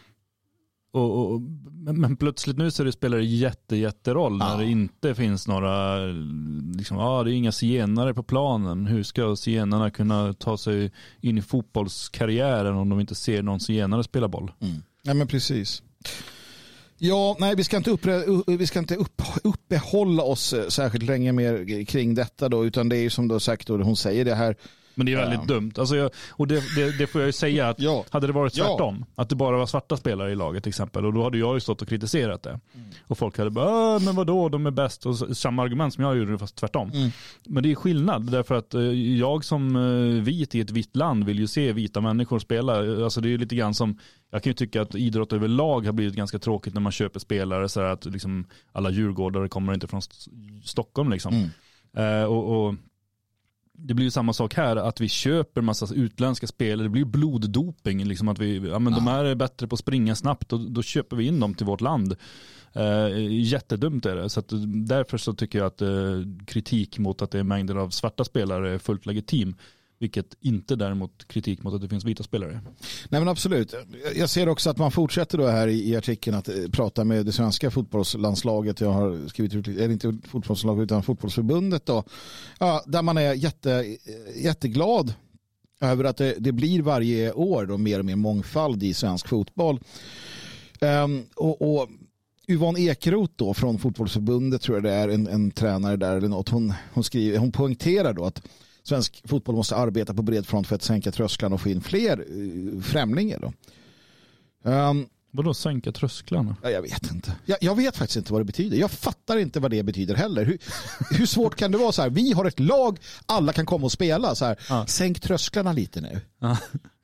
Och, och, men plötsligt nu så det spelar det jätte, jätteroll när ja. det inte finns några, liksom, ah, det är inga zigenare på planen. Hur ska zigenarna kunna ta sig in i fotbollskarriären om de inte ser någon zigenare spela boll? Mm. Ja, men precis. Ja, nej, vi ska inte, uppre, vi ska inte upp, uppehålla oss särskilt länge mer kring detta då, utan det är ju som du har sagt och hon säger det här. Men det är väldigt ja. dumt. Alltså jag, och det, det, det får jag ju säga att ja. hade det varit tvärtom, ja. att det bara var svarta spelare i laget till exempel, och då hade jag ju stått och kritiserat det. Mm. Och folk hade bara, men vadå, de är bäst. Och samma argument som jag gjorde, fast tvärtom. Mm. Men det är skillnad, därför att jag som vit i ett vitt land vill ju se vita människor spela. Alltså det är ju lite grann som, jag kan ju tycka att idrott överlag har blivit ganska tråkigt när man köper spelare så att liksom alla djurgårdare kommer inte från Stockholm liksom. Mm. Uh, och, och det blir ju samma sak här, att vi köper massa utländska spelare. Det blir bloddoping, liksom att vi, ja, men ja. de är bättre på att springa snabbt och då köper vi in dem till vårt land. Eh, jättedumt är det. Så att därför så tycker jag att eh, kritik mot att det är mängder av svarta spelare är fullt legitim. Vilket inte däremot kritik mot att det finns vita spelare. Nej, men absolut. Jag ser också att man fortsätter då här i, i artikeln att prata med det svenska fotbollslandslaget. Jag har skrivit, är det inte fotbollslaget utan fotbollsförbundet då. Ja, där man är jätte, jätteglad över att det, det blir varje år då mer och mer mångfald i svensk fotboll. Um, och, och Yvonne Ekeroth då från fotbollsförbundet, tror jag det är, en, en tränare där eller något. Hon, hon, skriver, hon poängterar då att svensk fotboll måste arbeta på bred front för att sänka trösklarna och få in fler uh, främlingar då. Um, Vadå sänka trösklarna? Ja, jag vet inte. Jag, jag vet faktiskt inte vad det betyder. Jag fattar inte vad det betyder heller. Hur, hur svårt kan det vara så här? Vi har ett lag, alla kan komma och spela så här. Ja. Sänk trösklarna lite nu. Ja.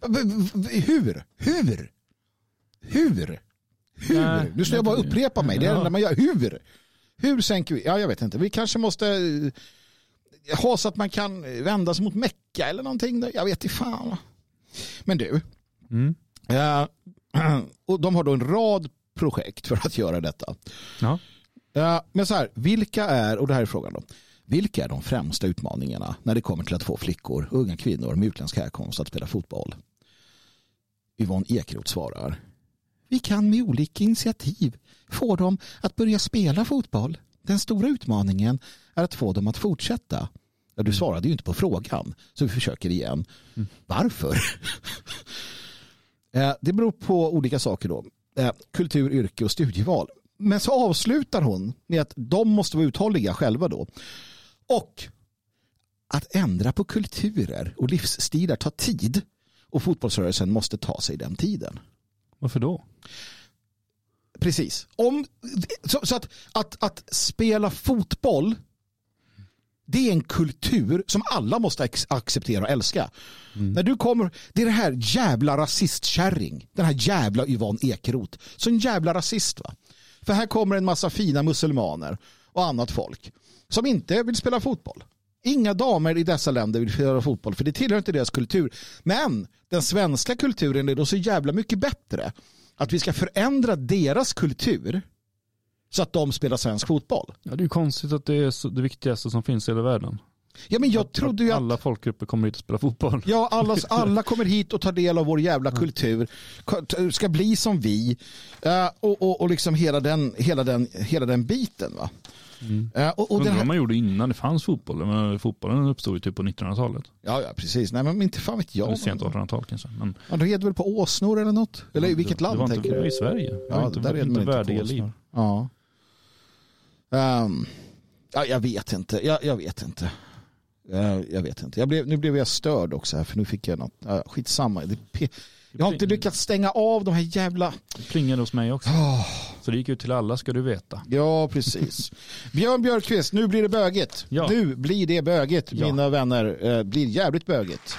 Hur? Hur? Hur? Hur? Nej, nu ska jag bara upprepa mig. Det är ja. det man gör. Hur? Hur sänker vi? Ja, jag vet inte. Vi kanske måste ha så att man kan vända sig mot Mecka eller någonting. Jag vet inte fan. Men du. Mm. Ja, och de har då en rad projekt för att göra detta. Ja. Ja, men så här, vilka är, och det här är frågan då. Vilka är de främsta utmaningarna när det kommer till att få flickor och unga kvinnor med utländsk härkomst att spela fotboll? Yvonne Ekeroth svarar: vi kan med olika initiativ få dem att börja spela fotboll. Den stora utmaningen är att få dem att fortsätta. Ja, du svarade ju inte på frågan, så vi försöker igen. Mm. Varför? Det beror på olika saker då. Kultur, yrke och studieval. Men så avslutar hon med att de måste vara uthålliga själva då. Och att ändra på kulturer och livsstilar tar tid. Och fotbollsrörelsen måste ta sig den tiden. Varför då? Precis. Om, så, så att, att, att spela fotboll, det är en kultur som alla måste acceptera och älska. Mm. När du kommer, det är det här jävla rasistkärring, den här jävla Yvonne Ekeroth, så en jävla rasist va. För här kommer en massa fina muslimaner och annat folk som inte vill spela fotboll. Inga damer i dessa länder vill spela fotboll, för det tillhör inte deras kultur. Men den svenska kulturen är då så jävla mycket bättre att vi ska förändra deras kultur så att de spelar svensk fotboll. Ja, det är ju konstigt att det är så, det viktigaste som finns i hela världen. Ja, men jag att, trodde ju att att alla folkgrupper kommer hit och spela fotboll. Ja, alla, alla kommer hit och tar del av vår jävla kultur. Ska bli som vi. Uh, och, och, och liksom hela den, hela den, hela den biten va. Mm. Uh, och, och den här... vad man gjorde innan det fanns fotboll. Men fotbollen uppstod ju typ på nittonhundratalet. Ja, ja, precis. Nej, men inte fan vet jag. Eller sent artonhundratal kanske. Men... Ja, då heter väl på åsnor eller något? Eller i vilket det, land det var inte, tänker du? Det var i Sverige. Det var ja, inte, där är inte värdiga liv. liv. Ja. Um, ja, jag vet inte. Jag, jag vet inte. Jag, jag vet inte. Jag blev, nu blev jag störd också här, för nu fick jag något. Uh, skitsamma. Det, Jag har inte lyckats stänga av de här jävla... Det plingade hos mig också. Oh. Så det gick ut till alla, ska du veta. Ja, precis. Björn Björkqvist, nu blir det bögigt. Ja. Nu blir det bögigt, ja. Mina vänner. Eh, blir jävligt bögigt.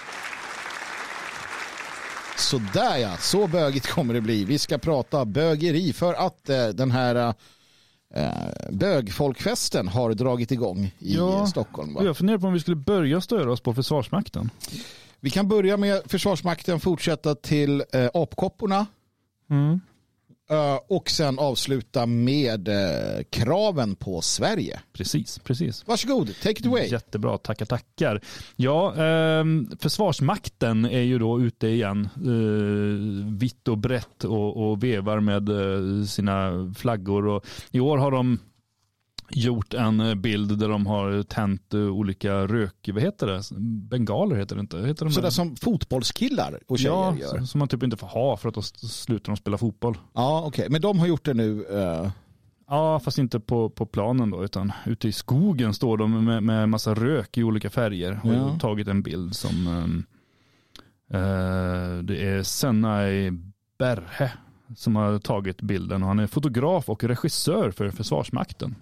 Så där ja, så bögigt kommer det bli. Vi ska prata bögeri för att eh, den här eh, bögfolkfesten har dragit igång i ja, Stockholm. Va? Jag funderar på om vi skulle börja störa oss på Försvarsmakten. Vi kan börja med Försvarsmakten, fortsätta till eh, apkopporna mm. uh, och sen avsluta med uh, kraven på Sverige. Precis, precis. Varsågod, take it away. Jättebra, tackar, tackar. Ja, eh, Försvarsmakten är ju då ute igen eh, vitt och brett och, och vevar med eh, sina flaggor. Och i år har de gjort en bild där de har tänt olika rök, vad heter det? Bengaler heter det inte. Heter de så det som fotbollskillar och tjejer ja, gör? Ja, som man typ inte får ha för att då slutar de spela fotboll. Ja, okej. Okay. Men de har gjort det nu? Uh... Ja, fast inte på, på planen då, utan ute i skogen står de med, med massa rök i olika färger och ja. tagit en bild som um, uh, det är Senai Berhe som har tagit bilden och han är fotograf och regissör för Försvarsmakten.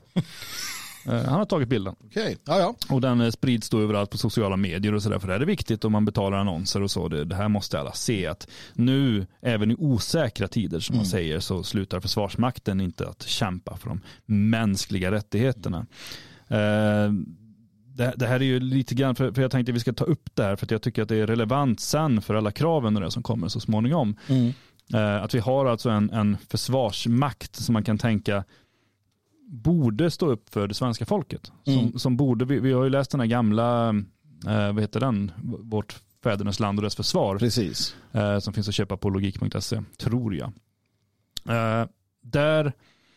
Han har tagit bilden. Okay. Ja, ja. Och den sprids då överallt på sociala medier och sådär, för det är viktigt om man betalar annonser och så. Det, det här måste alla se, att nu, även i osäkra tider som mm. man säger, så slutar Försvarsmakten inte att kämpa för de mänskliga rättigheterna. Eh, det, det här är ju lite grann, för, för jag tänkte att vi ska ta upp det här för att jag tycker att det är relevant sen för alla kraven och det som kommer så småningom. Mm. Att vi har alltså en, en försvarsmakt som man kan tänka borde stå upp för det svenska folket. Som, mm. som borde, vi, vi har ju läst den här gamla, eh, vad heter den? Vårt fädernas land och dess försvar. Precis. Eh, som finns att köpa på logik punkt se, tror jag. Eh, där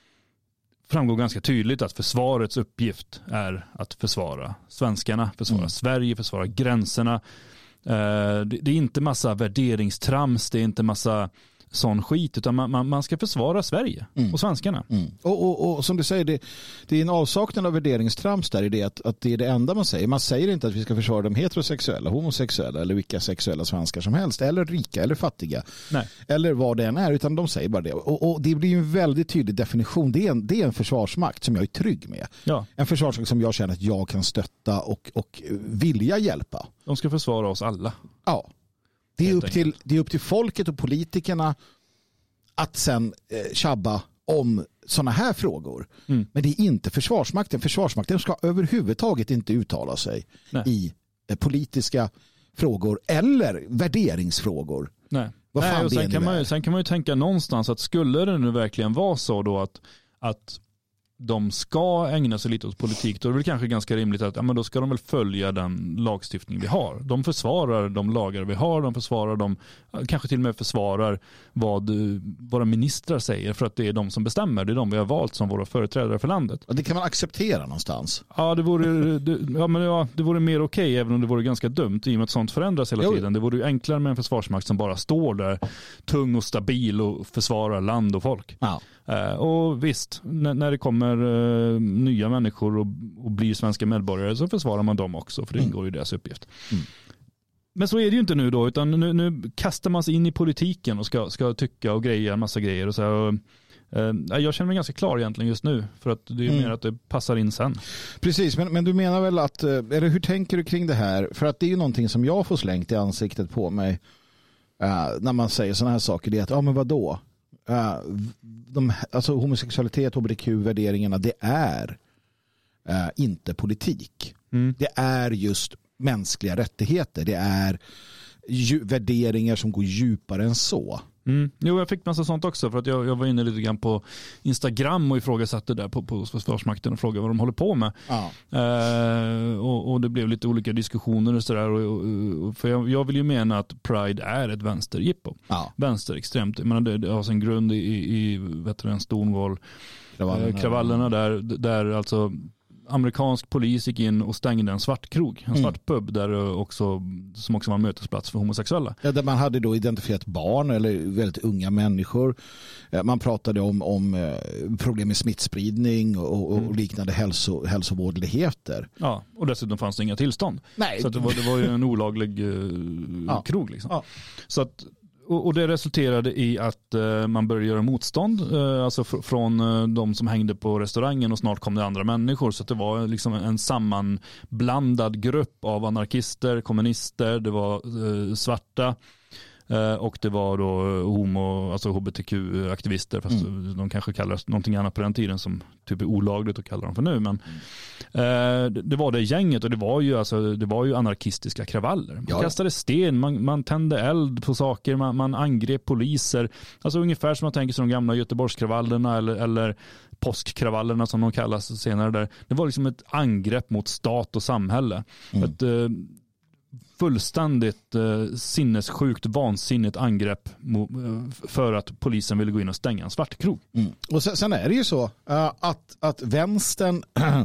framgår ganska tydligt att försvarets uppgift är att försvara svenskarna, försvara mm. Sverige, försvara gränserna. Eh, det, det är inte massa värderingstrams, det är inte massa sån skit, utan man, man, man ska försvara Sverige mm. och svenskarna. Mm. Och, och, och som du säger, det, det är en avsaknad av värderingstrams där i det att, att det är det enda man säger. Man säger inte att vi ska försvara de heterosexuella, homosexuella eller vilka sexuella svenskar som helst, eller rika eller fattiga. Nej. Eller vad det än är, utan de säger bara det. Och, och det blir ju en väldigt tydlig definition. Det är en, det är en försvarsmakt som jag är trygg med. Ja. En försvarsmakt som jag känner att jag kan stötta och, och vilja hjälpa. De ska försvara oss alla. Ja. Det är, upp till, det är upp till folket och politikerna att sen eh, tjabba om sådana här frågor. Mm. Men det är inte Försvarsmakten. Försvarsmakten ska överhuvudtaget inte uttala sig Nej. i eh, politiska frågor eller värderingsfrågor. Nej. Vad fan Nej, och sen, kan man ju, sen kan man ju tänka någonstans att skulle det nu verkligen vara så då att, att de ska ägna sig lite åt politik, då är det väl kanske ganska rimligt att ja, men då ska de väl följa den lagstiftning vi har. De försvarar de lagar vi har, de försvarar de, kanske till och med försvarar vad våra ministrar säger, för att det är de som bestämmer, det är de vi har valt som våra företrädare för landet. Och det kan man acceptera någonstans. Ja, det vore, det, ja, men ja, det vore mer okej, okay, även om det vore ganska dumt i och med att sånt förändras hela jo. tiden. Det vore ju enklare med en försvarsmakt som bara står där tung och stabil och försvarar land och folk. Ja. Uh, och visst, n- när det kommer uh, nya människor och, och blir svenska medborgare så försvarar man dem också, för det ingår ju deras uppgift. Mm. Men så är det ju inte nu då, utan nu, nu kastar man sig in i politiken och ska, ska tycka och greja en massa grejer. Och så här, och, uh, jag känner mig ganska klar egentligen just nu, för att det är mm. mer att det passar in sen. Precis, men, men du menar väl att, eller hur tänker du kring det här? För att det är ju någonting som jag får slängt i ansiktet på mig uh, när man säger sådana här saker, det är att, ja men vadå? Uh, de, alltså homosexualitet, H B T Q-värderingarna, det är uh, inte politik. Mm. Det är just mänskliga rättigheter. Det är ju, värderingar som går djupare än så. Mm. Jo, jag fick massa sånt också, för att jag, jag var inne lite grann på Instagram och ifrågasatte där på, på Försvarsmakten och frågade vad de håller på med. Ja. Uh, och, och det blev lite olika diskussioner och sådär. Och, och, för jag, jag vill ju mena att Pride är ett vänsterjippo. Ja. Vänsterextremt. Jag menar, det, det har sin grund i, i vet du, en Stonewall kravallerna, kravallerna där, där alltså amerikansk polis gick in och stängde en svart krog, en svart mm. pub där också, som också var en mötesplats för homosexuella. Ja, där man hade då identifierat barn eller väldigt unga människor. Man pratade om, om problem med smittspridning och, och mm. liknande hälso, hälsovårdligheter. Ja, och dessutom fanns det inga tillstånd. Nej. Så att det, var, det var ju en olaglig uh, ja. krog liksom. Ja. Så att och det resulterade i att man började göra motstånd, alltså från de som hängde på restaurangen, och snart kom det andra människor. Så att det var liksom en sammanblandad grupp av anarkister, kommunister, det var svarta och det var då homo, alltså H B T Q-aktivister, fast mm. de kanske kallas någonting annat på den tiden som typ är olagligt att kalla dem för nu. Men mm. eh, det var det gänget, och det var ju, alltså, det var ju anarkistiska kravaller. Man ja. kastade sten, man, man tände eld på saker, man, man angrep poliser. Alltså ungefär som man tänker sig de gamla Göteborgskravallerna eller, eller påskkravallerna som de kallas senare där. Det var liksom ett angrepp mot stat och samhälle. Mm. Ett, eh, fullständigt eh, sinnessjukt, vansinnigt angrepp mo- för att polisen ville gå in och stänga en svartkrog. Mm. Och sen, sen är det ju så uh, att, att vänstern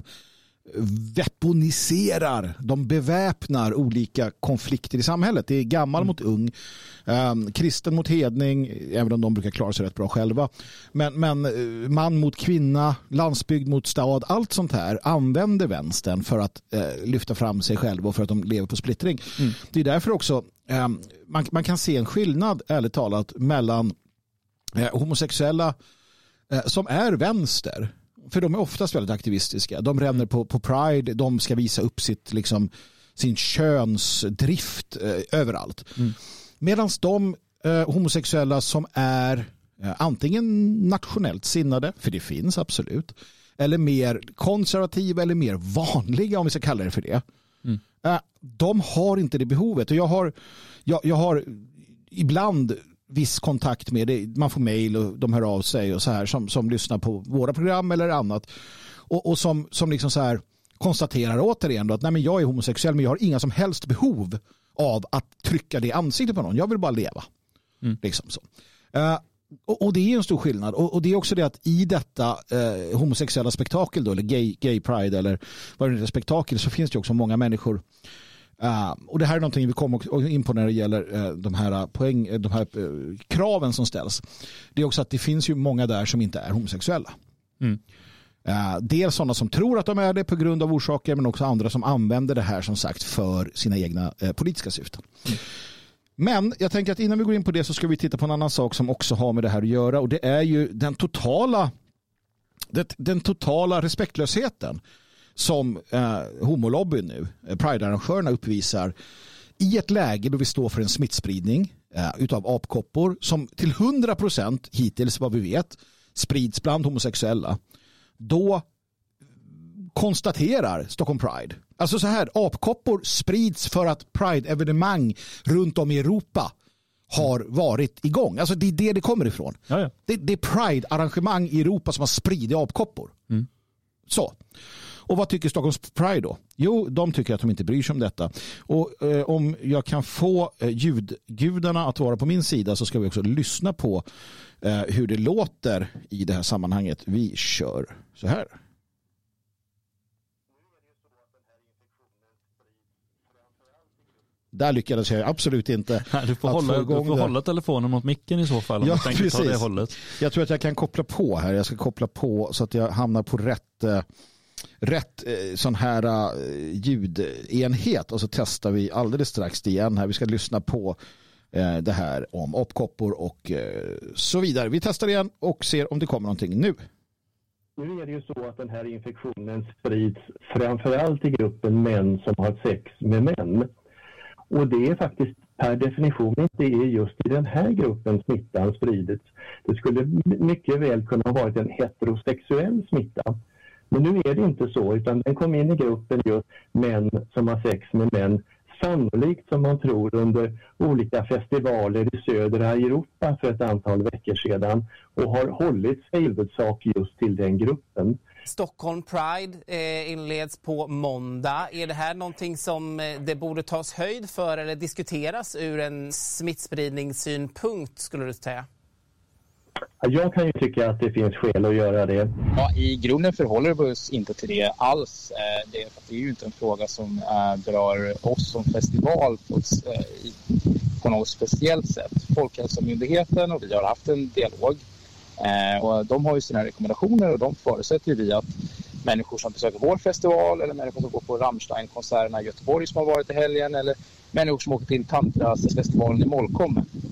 weaponiserar, de beväpnar olika konflikter i samhället. Det är gammal mm. mot ung, um, kristen mot hedning, även om de brukar klara sig rätt bra själva. Men, men uh, man mot kvinna, landsbygd mot stad, allt sånt här använder vänstern för att uh, lyfta fram sig själva och för att de lever på splittring. Mm. Det är därför också um, man, man kan se en skillnad, ärligt talat, mellan uh, homosexuella uh, som är vänster. För de är oftast väldigt aktivistiska. De ränner på, på Pride. De ska visa upp sitt, liksom, sin könsdrift eh, överallt. Mm. Medan de eh, homosexuella som är eh, antingen nationellt sinnade, för det finns absolut, eller mer konservativa eller mer vanliga, om vi ska kalla det för det. Mm. Eh, de har inte det behovet. Och jag har, jag, jag har ibland viss kontakt med det. Man får mejl och de hör av sig och så här som, som lyssnar på våra program eller annat. Och, och som, som liksom så här konstaterar återigen då att nej, men jag är homosexuell, men jag har inga som helst behov av att trycka det i ansiktet på någon. Jag vill bara leva. Mm. Liksom så. Uh, och, och det är en stor skillnad. Och, och det är också det att i detta uh, homosexuella spektakel då, eller gay, gay pride eller vad det är, spektakel, så finns det också många människor. Uh, och det här är någonting vi kommer in på när det gäller uh, de här, poäng, de här uh, kraven som ställs. Det är också att det finns ju många där som inte är homosexuella. Mm. Uh, dels sådana som tror att de är det på grund av orsaker, men också andra som använder det här som sagt för sina egna uh, politiska syften. Mm. Men jag tänker att innan vi går in på det så ska vi titta på en annan sak som också har med det här att göra, och det är ju den totala det, den totala respektlösheten som eh, homolobbyn nu, eh, Pride-arrangörerna uppvisar i ett läge då vi står för en smittspridning eh, utav apkoppor som till hundra procent hittills vad vi vet sprids bland homosexuella. Då konstaterar Stockholm Pride, alltså så här, apkoppor sprids för att Pride-evenemang runt om i Europa har varit igång. Alltså det är det det kommer ifrån. Jaja. Det, det är Pride-arrangemang i Europa som har spridit apkoppor. Mm. Så. Och vad tycker Stockholms Pride då? Jo, de tycker att de inte bryr sig om detta. Och eh, om jag kan få eh, ljudgudarna att vara på min sida så ska vi också lyssna på eh, hur det låter i det här sammanhanget. Vi kör så här. Där lyckades jag absolut inte. Nej, du får, hålla, du får hålla telefonen mot micken i så fall. Om ja, du tänker ta det hållet. Jag tror att jag kan koppla på här. Jag ska koppla på så att jag hamnar på rätt, eh, rätt eh, sån här eh, ljudenhet. Och så testar vi alldeles strax igen här. Vi ska lyssna på eh, det här om apkoppor och eh, så vidare. Vi testar igen och ser om det kommer någonting nu. Nu är det ju så att den här infektionen sprids framförallt i gruppen män som har sex med män. Och det är faktiskt per definition inte är just i den här gruppen smittan spridits. Det skulle mycket väl kunna ha varit en heterosexuell smitta. Men nu är det inte så, utan den kom in i gruppen just män som har sex med män. Sannolikt som man tror under olika festivaler i södra Europa för ett antal veckor sedan. Och har hållit sig i huvudsak just till den gruppen. Stockholm Pride eh, inleds på måndag. Är det här någonting som eh, det borde tas höjd för eller diskuteras ur en smittspridningssynpunkt, skulle du säga? Jag kan ju tycka att det finns skäl att göra det. Ja, i grunden förhåller vi oss inte till det alls. Det är, det är ju inte en fråga som äh, berör oss som festival på, äh, på något speciellt sätt. Folkhälsomyndigheten och vi har haft en dialog. Eh, och de har ju sina rekommendationer och de förutsätter vi att människor som besöker vår festival eller människor som går på Rammstein-konserterna i Göteborg som har varit i helgen eller människor som åker till Tantrasfestivalen i Molkom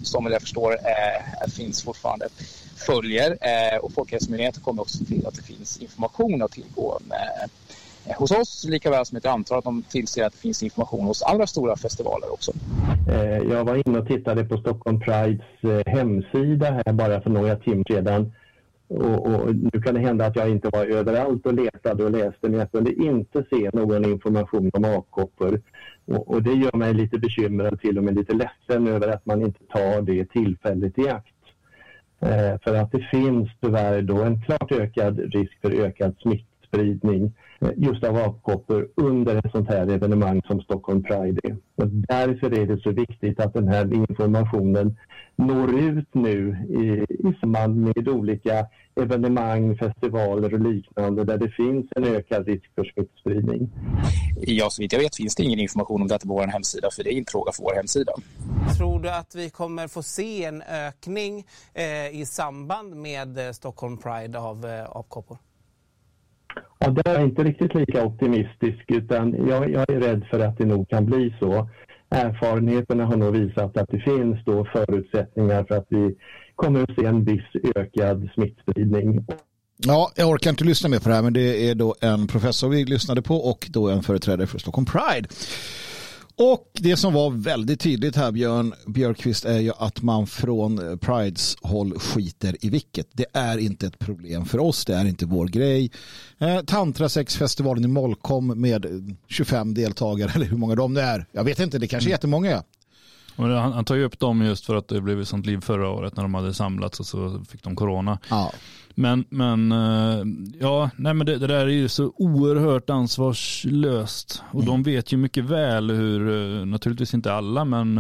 som jag förstår eh, finns fortfarande, följer. Eh, och Folkhälsomyndigheten kommer också till att det finns information att tillgå med, eh, hos oss, lika väl som jag antar att de tillser att det finns information hos andra stora festivaler också. Eh, jag var inne och tittade på Stockholm Prides eh, hemsida här bara för några timmar sedan. Och, och nu kan det hända att jag inte var överallt och letade och läste, men jag kunde inte se någon information om apkoppor. Och, och det gör mig lite bekymrad och till och med lite ledsen över att man inte tar det tillfället i akt. Eh, för att det finns tyvärr då en klart ökad risk för ökad smittspridning eh, just av apkoppor under ett sånt här evenemang som Stockholm Pride är. Och därför är det så viktigt att den här informationen når ut nu i, i samband med olika evenemang, festivaler och liknande där det finns en ökad risk för smittspridning. Ja, så vitt jag vet finns det ingen information om detta på vår hemsida, för det är inte fråga för vår hemsida. Tror du att vi kommer få se en ökning eh, i samband med eh, Stockholm Pride av eh, apkoppor? Ja, där är jag inte riktigt lika optimistisk, utan jag, jag är rädd för att det nog kan bli så. Erfarenheterna har nog visat att det finns då förutsättningar för att vi kommer att se en viss ökad smittspridning. Ja, jag orkar inte lyssna mer på det här, men det är då en professor vi lyssnade på och då en företrädare för Stockholm Pride. Och det som var väldigt tydligt här, Björn Björkqvist, är ju att man från Prides håll skiter i vilket. Det är inte ett problem för oss, det är inte vår grej. Eh, Tantrasexfestivalen i Molkom med tjugofem deltagare, eller hur många de det är. Jag vet inte, det kanske är jättemånga. Han, han tar ju upp dem just för att det blev ett sånt liv förra året när de hade samlats och så fick de corona. Ja. Men, men ja, nej men det, det där är ju så oerhört ansvarslöst. Och mm. de vet ju mycket väl hur, naturligtvis inte alla, men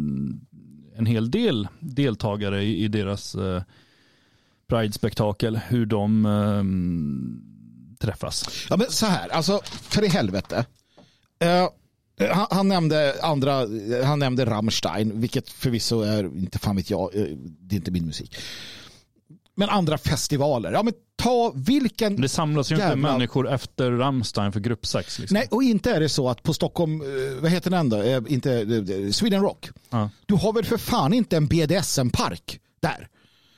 en hel del deltagare i, i deras uh, Pride-spektakel, hur de um, träffas. Ja, men så här, alltså för i helvete. Uh... Han, han nämnde andra, han nämnde Rammstein, vilket förvisso är, inte fan vet jag, det är inte min musik. Men andra festivaler, ja men ta vilken... Det samlas ju jävla... inte människor efter Rammstein för gruppsex. Liksom. Nej, och inte är det så att på Stockholm, vad heter den då? Inte, Sweden Rock. Ja. Du har väl för fan inte en B D S M-park där?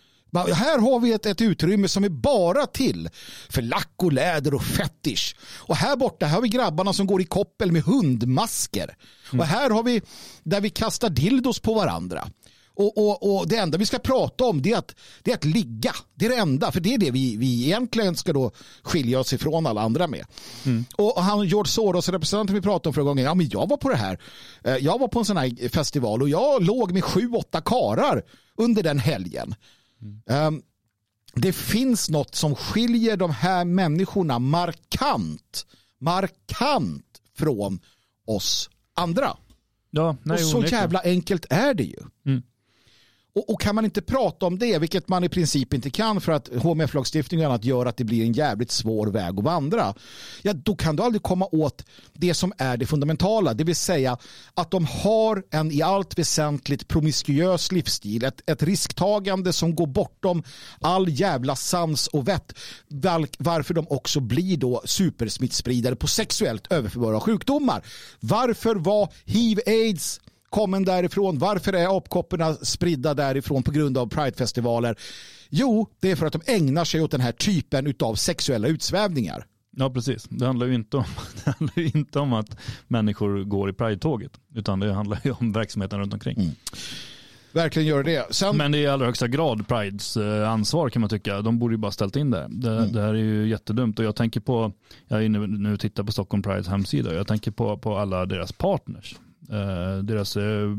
Här har vi ett, ett utrymme som är bara till för lack och läder och fetish. Och här borta här har vi grabbarna som går i koppel med hundmasker. Mm. Och här har vi där vi kastar dildos på varandra. Och, och, och det enda vi ska prata om det är, att, det är att ligga. Det är det enda, för det är det vi, vi egentligen ska då skilja oss ifrån alla andra med. Mm. Och, och han, George Soros, representanten vi pratade om förra gången, ja men jag var på det här. Jag var på en sån här festival och jag låg med sju, åtta karar under den helgen. Mm. Um, det finns något som skiljer de här människorna markant markant från oss andra. Ja, nej, och så onekligen. Jävla enkelt är det ju. Mm. Och, och kan man inte prata om det, vilket man i princip inte kan för att H M F-lagstiftningen och annat gör att det blir en jävligt svår väg att vandra, ja då kan du aldrig komma åt det som är det fundamentala, det vill säga att de har en i allt väsentligt promiskuös livsstil, ett, ett risktagande som går bortom all jävla sans och vett, varför de också blir då supersmittspridare på sexuellt överförbara sjukdomar. Varför var hiv aids kommen därifrån? Varför är apkopporna spridda därifrån på grund av Pride-festivaler? Jo, det är för att de ägnar sig åt den här typen av sexuella utsvävningar. Ja, precis. Det handlar ju inte om, det handlar ju inte om att människor går i Pride-tåget, utan det handlar ju om verksamheten runt omkring. Mm. Verkligen gör det. Sen... Men det är i allra högsta grad Prides ansvar kan man tycka. De borde ju bara ställt in det. Det, mm. det här är ju jättedumt. Och jag tänker på, jag är inne nu och tittar på Stockholm Prides hemsida. Jag tänker på, på alla deras partners. Uh, deras uh,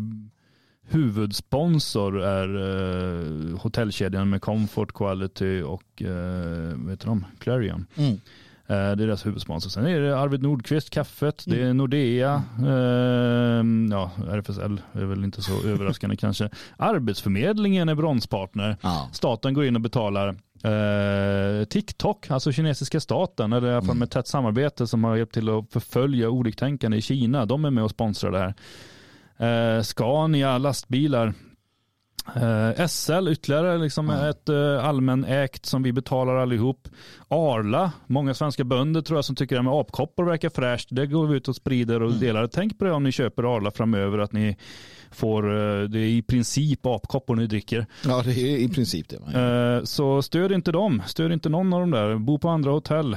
huvudsponsor är uh, hotellkedjan med Comfort, Quality och uh, vet du de? Clarion. Mm. Uh, det är deras huvudsponsor. Sen är det Arvid Nordqvist, kaffet. Mm. Det är Nordea. Uh, ja, R F S L är väl inte så överraskande kanske. Arbetsförmedlingen är bronspartner. Ah. Staten går in och betalar. Uh, TikTok, alltså kinesiska staten, eller i alla fall med tätt samarbete som har hjälpt till att förfölja oliktänkande i Kina. De är med och sponsrar det här. Uh, Scania, lastbilar Uh, S L ytterligare liksom mm. ett uh, allmänägt som vi betalar allihop. Arla, många svenska bönder tror jag som tycker att med apkoppor verkar fräscht. Det går vi ut och sprider och mm. delar. Tänk på det om ni köper Arla framöver att ni får, uh, det är i princip apkoppor ni dricker. Ja, det är i princip det. Uh, så stöd inte dem, stöd inte någon av dem där. Bo på andra hotell.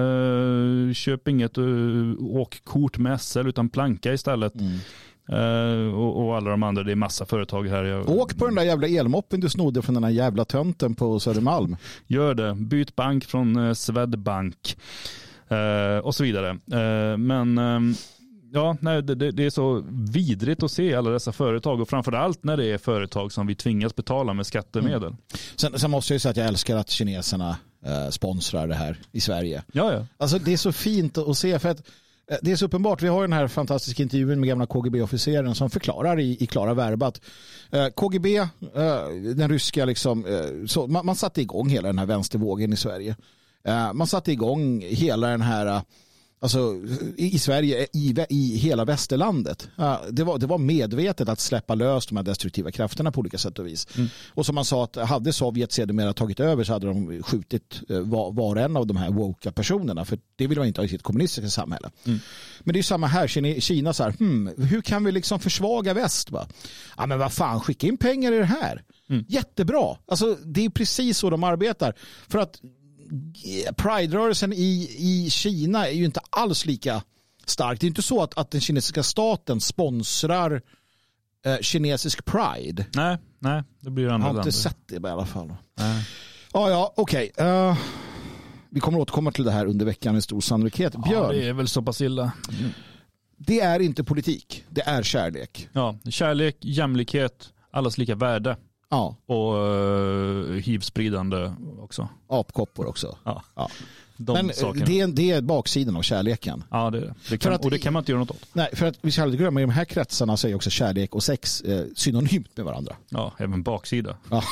Uh, köp inget uh, åkkort med S L utan planka istället. Mm. Uh, och, och alla de andra, det är massa företag här. Jag... Åk på den där jävla elmoppen du snodde från den här jävla tönten på Södermalm. Gör det. Byt bank från uh, Swedbank uh, och så vidare. Uh, men um, ja, nej, det, det är så vidrigt att se alla dessa företag och framförallt när det är företag som vi tvingas betala med skattemedel. Mm. Sen, sen måste jag ju säga att jag älskar att kineserna uh, sponsrar det här i Sverige. Ja, ja. Alltså det är så fint att se för att det är så uppenbart. Vi har den här fantastiska intervjun med gamla K G B-officeren som förklarar i, i klara verba att eh, K G B, eh, den ryska, liksom, eh, så, man, man satte igång hela den här vänstervågen i Sverige. Eh, man satte igång hela den här, eh, alltså i, i Sverige, i, i hela västerlandet. Eh, det, var, det var medvetet att släppa lös de här destruktiva krafterna på olika sätt och vis. Mm. Och som man sa att hade Sovjet sedermera tagit över så hade de skjutit eh, var, var en av de här woke personerna, för det vill man inte ha i sitt kommunistiska samhälle. Mm. Men det är samma här, Kina så här, hmm, hur kan vi liksom försvaga väst? Va? Ja, men vad fan, skicka in pengar i det här. Mm. Jättebra. Alltså, det är precis så de arbetar. För att Pride-rörelsen i, i Kina är ju inte alls lika stark. Det är inte så att, att den kinesiska staten sponsrar eh, kinesisk Pride. Nej, nej, det blir andra. Jag har inte sett det i alla fall. Nej. Ah, ja, okej. Okay. Uh, vi kommer återkomma till det här under veckan med stor sannolikhet. Björn, ja, det är väl så pass illa. Mm. Det är inte politik, det är kärlek. Ja, kärlek, jämlikhet, allas lika värde. Ja. Och uh, hivspridande också. Apkoppor också. Ja. Ja. De Men det är, det är baksidan av kärleken. Ja, det är det. det kan, att, och det kan man inte göra något åt. Nej, för att vi ska aldrig glömma, i de här kretsarna så är också kärlek och sex eh, synonymt med varandra. Ja, även baksida. Ja.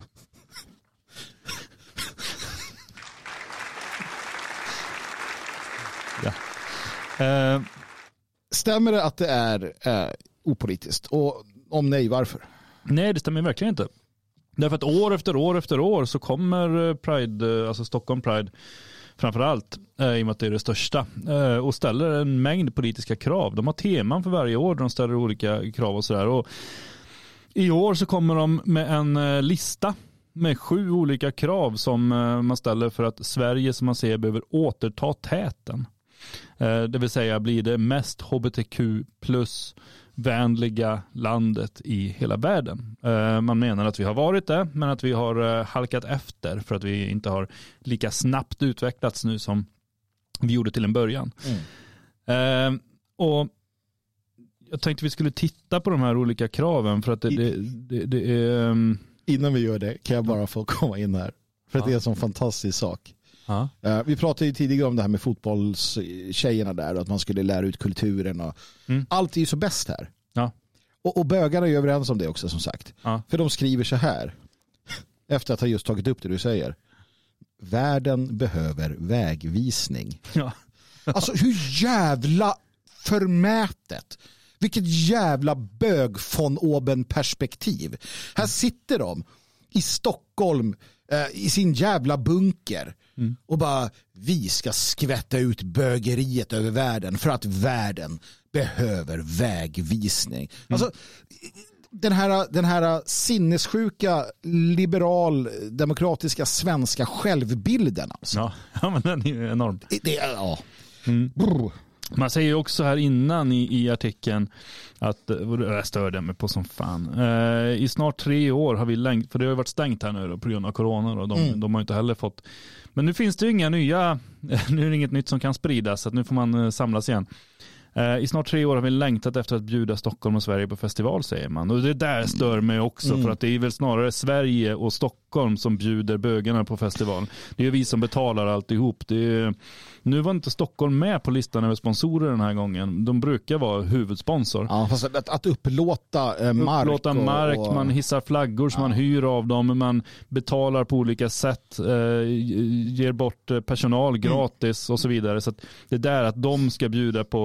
ja. Uh, Stämmer det att det är eh, opolitiskt? Och om nej, varför? Nej, det stämmer verkligen inte. Därför att år efter år efter år så kommer Pride, alltså Stockholm Pride framförallt, i och med att det är det största, och ställer en mängd politiska krav. De har teman för varje år, de ställer olika krav och sådär. Och i år så kommer de med en lista med sju olika krav som man ställer för att Sverige, som man ser, behöver återta täten. Det vill säga blir det mest H B T Q plus vänliga landet i hela världen. Man menar att vi har varit det, men att vi har halkat efter för att vi inte har lika snabbt utvecklats nu som vi gjorde till en början. Mm. Och jag tänkte vi skulle titta på de här olika kraven för att det, det, det, det är... Innan vi gör det kan jag bara få komma in här. För att ja. Det är en sån fantastisk sak. Ja. Uh, vi pratade ju tidigare om det här med fotbollstjejerna där och att man skulle lära ut kulturen och mm. allt är ju så bäst här. Ja. Och, och bögarna är ju överens om det också, som sagt. Ja. För de skriver så här efter att ha just tagit upp det du säger. Världen behöver vägvisning. Ja. Alltså hur jävla förmätet. Vilket jävla bög von oben perspektiv. Här sitter de i Stockholm eh, i sin jävla bunker mm. och bara, vi ska skvätta ut bögeriet över världen för att världen behöver vägvisning. Mm. Alltså den här, den här sinnessjuka liberal demokratiska svenska självbilden alltså. Ja, ja men den är ju enorm. Det är, ja. Mm. Man säger också här innan i, i artikeln att, jag störde mig på som fan, eh, i snart tre år har vi längt, för det har varit stängt här nu då, på grund av corona och de, mm. de har inte heller fått, men nu finns det ju inga nya, nu är det inget nytt som kan spridas så att nu får man eh, samlas igen. Eh, I snart tre år har vi längtat efter att bjuda Stockholm och Sverige på festival, säger man. Och det där stör mig också mm. för att det är väl snarare Sverige och Stockholm som bjuder bögarna på festival. Det är ju vi som betalar alltihop. Det är, nu var inte Stockholm med på listan över sponsorer den här gången. De brukar vara huvudsponsor. Ja, fast att, att upplåta eh, mark. Upplåta mark, och... man hissar flaggor som ja. man hyr av dem. Man betalar på olika sätt, eh, ger bort personal gratis mm. och så vidare. Så att det där att de ska bjuda på festival,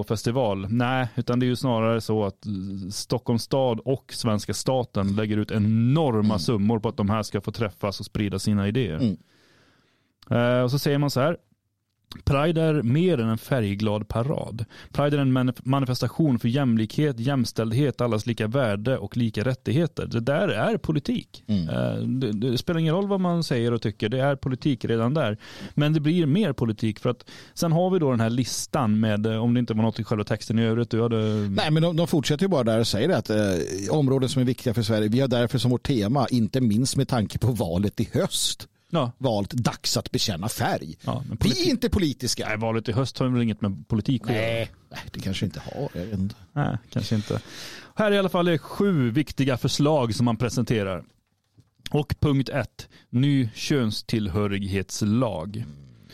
festival. Nej, utan det är ju snarare så att Stockholms stad och svenska staten lägger ut enorma mm. summor på att de här ska få träffas och sprida sina idéer. Mm. Uh, och så säger man så här: Pride är mer än en färgglad parad. Pride är en manifestation för jämlikhet, jämställdhet, allas lika värde och lika rättigheter. Det där är politik. Mm. Det, det spelar ingen roll vad man säger och tycker. Det är politik redan där. Men det blir mer politik för att sen har vi då den här listan med, om det inte var något i själva texten i övrigt. Du hade... Nej, men de, de fortsätter ju bara där och säger att eh, områden som är viktiga för Sverige, vi har därför som vårt tema, inte minst med tanke på valet i höst, ja. valt dags att bekänna färg. Ja, politi- vi är inte politiska. Nej, valet i höst har väl inget med politik att göra. Nej, det kanske inte har. Jag vet inte. Nej, kanske inte. Här i alla fall är sju viktiga förslag som man presenterar. Och punkt ett, ny könstillhörighetslag.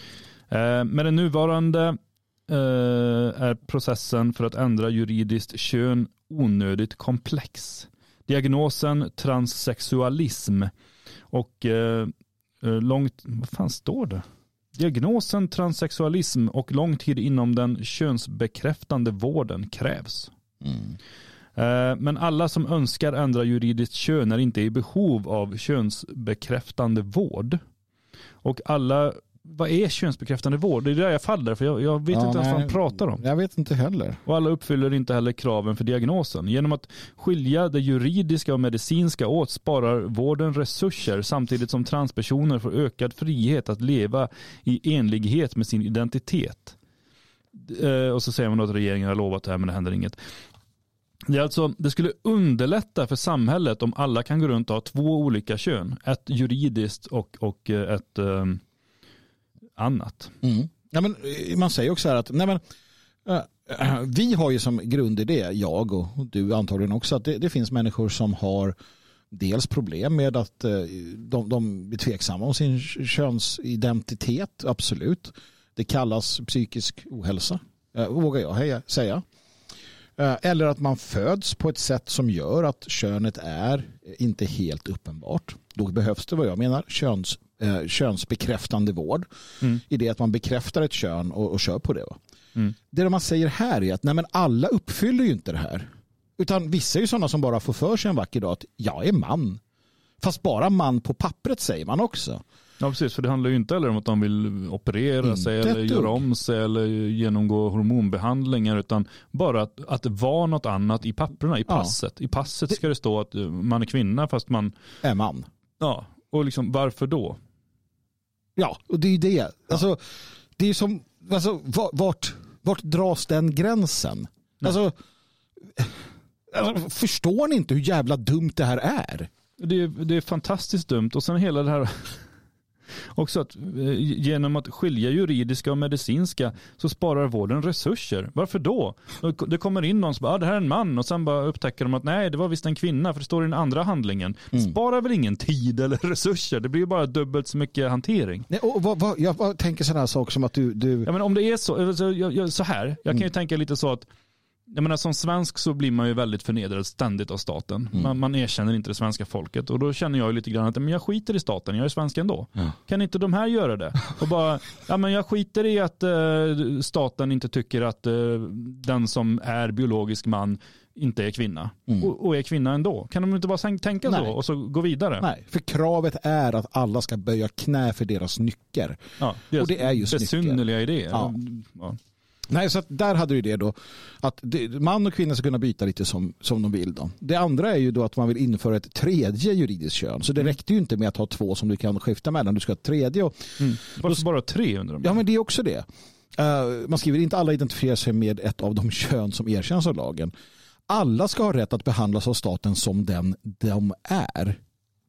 Eh, med den nuvarande eh, är processen för att ändra juridiskt kön onödigt komplex. Diagnosen transsexualism och eh, långt, vad fan står det? Diagnosen transsexualism och lång tid inom den könsbekräftande vården krävs. Mm. Men alla som önskar ändra juridiskt kön är inte i behov av könsbekräftande vård. Och alla, vad är könsbekräftande vård? Det är där jag faller, för jag, jag vet ja, inte ens vad man pratar om. Jag vet inte heller. Och alla uppfyller inte heller kraven för diagnosen. Genom att skilja det juridiska och medicinska åt sparar vården resurser samtidigt som transpersoner får ökad frihet att leva i enlighet med sin identitet. Och så säger man då att regeringen har lovat det här, men det händer inget. Det, är alltså, det skulle underlätta för samhället om alla kan gå runt och ha två olika kön. Ett juridiskt och, och ett um, annat. Mm. Ja, men man säger också här att nej men, äh, vi har ju som grundidé, jag och, och du antagligen också, att det, det finns människor som har dels problem med att äh, de, de blir tveksamma om sin könsidentitet, absolut. Det kallas psykisk ohälsa, äh, vågar jag heja, säga. Eller att man föds på ett sätt som gör att könet är inte helt uppenbart. Då behövs det, vad jag menar, köns, eh, könsbekräftande vård. Mm. I det att man bekräftar ett kön och, och kör på det. Va? Mm. Det man säger här är att nej, men alla uppfyller ju inte det här. Utan vissa är ju sådana som bara får för sig en vacker dag att jag är man. Fast bara man på pappret säger man också. Ja, precis, för det handlar ju inte heller om att de vill operera inte sig eller göra om sig eller genomgå hormonbehandlingar, utan bara att, att det var något annat i papperna, i passet. Ja. I passet ska det stå att man är kvinna fast man är man. Ja, och liksom varför då? Ja, och det är ju det. Alltså, det är som, alltså, vart, vart dras den gränsen? Alltså, alltså, förstår ni inte hur jävla dumt det här är? Det, det är fantastiskt dumt, och sen hela det här också att genom att skilja juridiska och medicinska så sparar vården resurser. Varför då? Det kommer in någon som bara, ah, det här är en man, och sen bara upptäcker de att nej, det var visst en kvinna, för det står i den andra handlingen. Mm. Sparar väl ingen tid eller resurser? Det blir ju bara dubbelt så mycket hantering. Nej, och vad, vad, jag tänker sådana här saker som att du... du... Ja, men om det är så, så, jag, så här, jag kan ju mm. tänka lite så att jag menar, som svensk så blir man ju väldigt förnedrad ständigt av staten. Mm. Man, man erkänner inte det svenska folket. Och då känner jag ju lite grann att men jag skiter i staten, jag är svensk ändå. Ja. Kan inte de här göra det? Och bara, ja men jag skiter i att uh, staten inte tycker att uh, den som är biologisk man inte är kvinna. Mm. Och, och är kvinna ändå. Kan de inte bara tänka Nej. så och så gå vidare? Nej, för kravet är att alla ska böja knä för deras nycker. Ja, det och det är just nycker. Besynnerliga idéer. Ja. Ja. Nej, så att där hade du det då, att det, man och kvinna ska kunna byta lite som, som de vill då. Det andra är ju då att man vill införa ett tredje juridiskt kön. Så det mm. räckte ju inte med att ha två som du kan skifta mellan. Du ska ha ett tredje. Och, mm. Varför bara tre undrar de? Ja, men det är också det. Uh, man skriver inte alla identifierar sig med ett av de kön som erkänns av lagen. Alla ska ha rätt att behandlas av staten som den de är.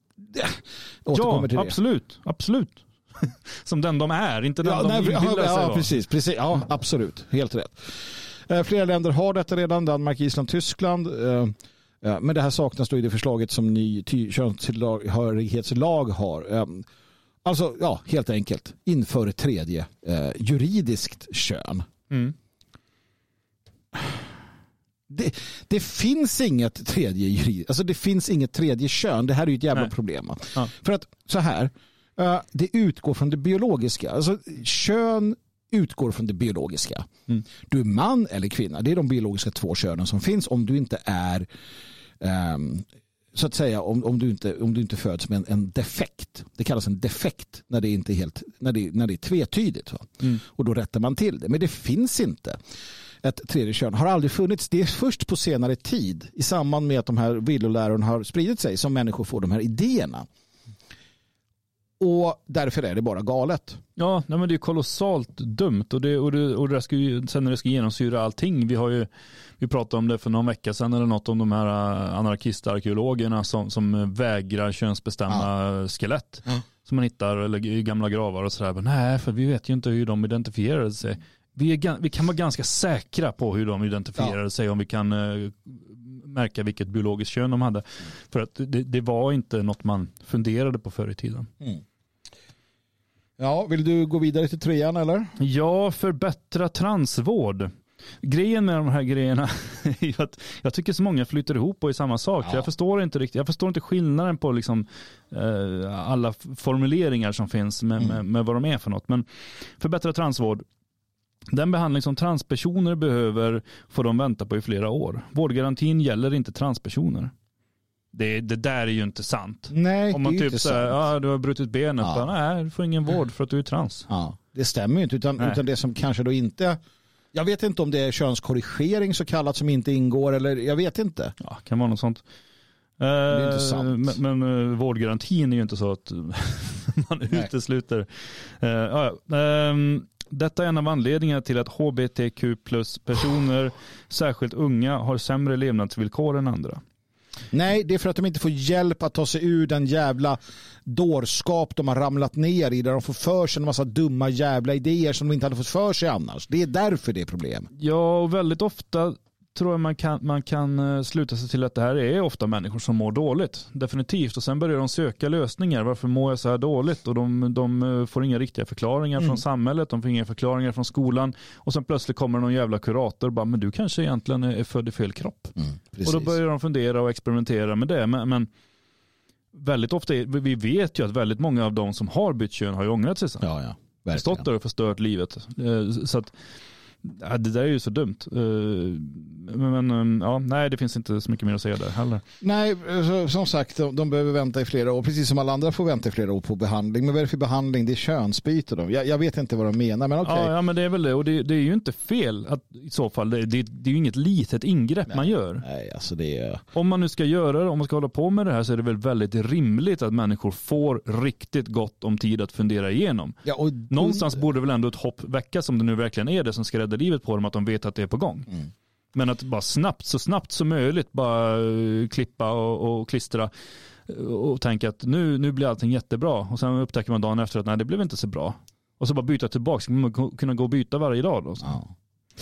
Ja, absolut. Absolut. Som den de är, inte den ja, de nej, inbillar ja, sig ja, vara. precis, precis. Ja, absolut. Helt rätt. Eh, flera länder har detta redan. Danmark, Island, Tyskland. Eh, eh, men det här saknas då i det förslaget som ny ty- könstillhörighetslag har. Eh, alltså, ja, helt enkelt. Inför ett tredje eh, juridiskt kön. Mm. Det, det finns inget tredje juridiskt. Alltså det finns inget tredje kön. Det här är ju ett jävla nej. problem. Ja. För att så här... Uh, det utgår från det biologiska. Alltså, kön utgår från det biologiska. Mm. Du är man eller kvinna. Det är de biologiska två könen som finns om du inte är um, så att säga om, om, du, inte, om du inte föds med en, en defekt. Det kallas en defekt när det är, inte helt, när det, när det är tvetydigt. Va? Mm. Och då rättar man till det. Men det finns inte. Ett tredje kön har aldrig funnits. Det är först på senare tid i samband med att de här villolärorna har spridit sig som människor får de här idéerna. Och därför är det bara galet. Ja, nej, men det är kolossalt dumt och det, och det, och det ska ju, sen när det ska genomsyra allting. Vi har ju vi pratade om det för någon vecka sedan eller något om de här anarkistarkeologerna som, som vägrar könsbestämma ja. skelett ja. som man hittar eller i gamla gravar och sådär. Nej, för vi vet ju inte hur de identifierade sig. Vi, är, vi kan vara ganska säkra på hur de identifierade ja. sig om vi kan uh, märka vilket biologiskt kön de hade. För att det, det var inte något man funderade på förr i tiden. Mm. Ja, vill du gå vidare till trean eller? Ja, förbättra transvård. Grejen med de här grejerna är att jag tycker så många flyter ihop och är samma sak. Ja. Jag förstår inte riktigt. Jag förstår inte skillnaden på liksom, eh, alla formuleringar som finns med, mm. med, med vad de är för något. Men förbättra transvård. Den behandling som transpersoner behöver får de vänta på i flera år. Vårdgarantin gäller inte transpersoner. Det, det där är ju inte sant. Nej, om man det är typ inte säger, sant. ja, du har brutit benet. Ja. Bara, nej, du får ingen vård för att du är trans. Ja, det stämmer ju inte. Utan, utan det som kanske då inte... Jag vet inte om det är könskorrigering så kallat som inte ingår. Eller jag vet inte. Ja, kan vara något sånt. Det är inte sant. Men, men vårdgarantin är ju inte så att man nej. utesluter. Uh, ja, um, Detta är en av anledningarna till att H B T Q plus personer, särskilt unga, har sämre levnadsvillkor än andra. Nej, det är för att de inte får hjälp att ta sig ur den jävla dårskap de har ramlat ner i, där de får för sig en massa dumma jävla idéer som de inte hade fått för sig annars. Det är därför det är problem. Ja, och väldigt ofta tror jag man kan, man kan sluta sig till att det här är ofta människor som mår dåligt. Definitivt. Och sen börjar de söka lösningar. Varför mår jag så här dåligt? Och de, de får inga riktiga förklaringar mm. från samhället. De får inga förklaringar från skolan. Och sen plötsligt kommer någon jävla kurator och bara, men du kanske egentligen är född i fel kropp. Mm, och då börjar de fundera och experimentera med det. Men, men väldigt ofta, är, vi vet ju att väldigt många av de som har bytt kön har ju ångrat sig sen. Ja, ja. Verkligen. Stått där och förstört livet. Så att ja, det där är ju så dumt. Men ja, nej, det finns inte så mycket mer att säga där heller. Nej, som sagt, de, de behöver vänta i flera år. Precis som alla andra får vänta i flera år på behandling. Men vad är det för behandling? Det är könsbyte då. Jag, jag vet inte vad de menar, men okej. Okay. Ja, ja, men det är väl det. Och det, det är ju inte fel att, i så fall. Det, det, det är ju inget litet ingrepp nej, man gör. Nej, alltså det är... Om man nu ska göra det, om man ska hålla på med det här, så är det väl väldigt rimligt att människor får riktigt gott om tid att fundera igenom. Ja, och, någonstans och... borde väl ändå ett hopp väckas, om det nu verkligen är det som ska rädda livet på dem, att de vet att det är på gång. Mm. Men att bara snabbt, så snabbt som möjligt bara klippa och, och klistra och tänka att nu, nu blir allting jättebra. Och sen upptäcker man dagen efter att nej, det blev inte så bra. Och så bara byta tillbaka. Ska man kunna gå och byta varje dag då? Ja.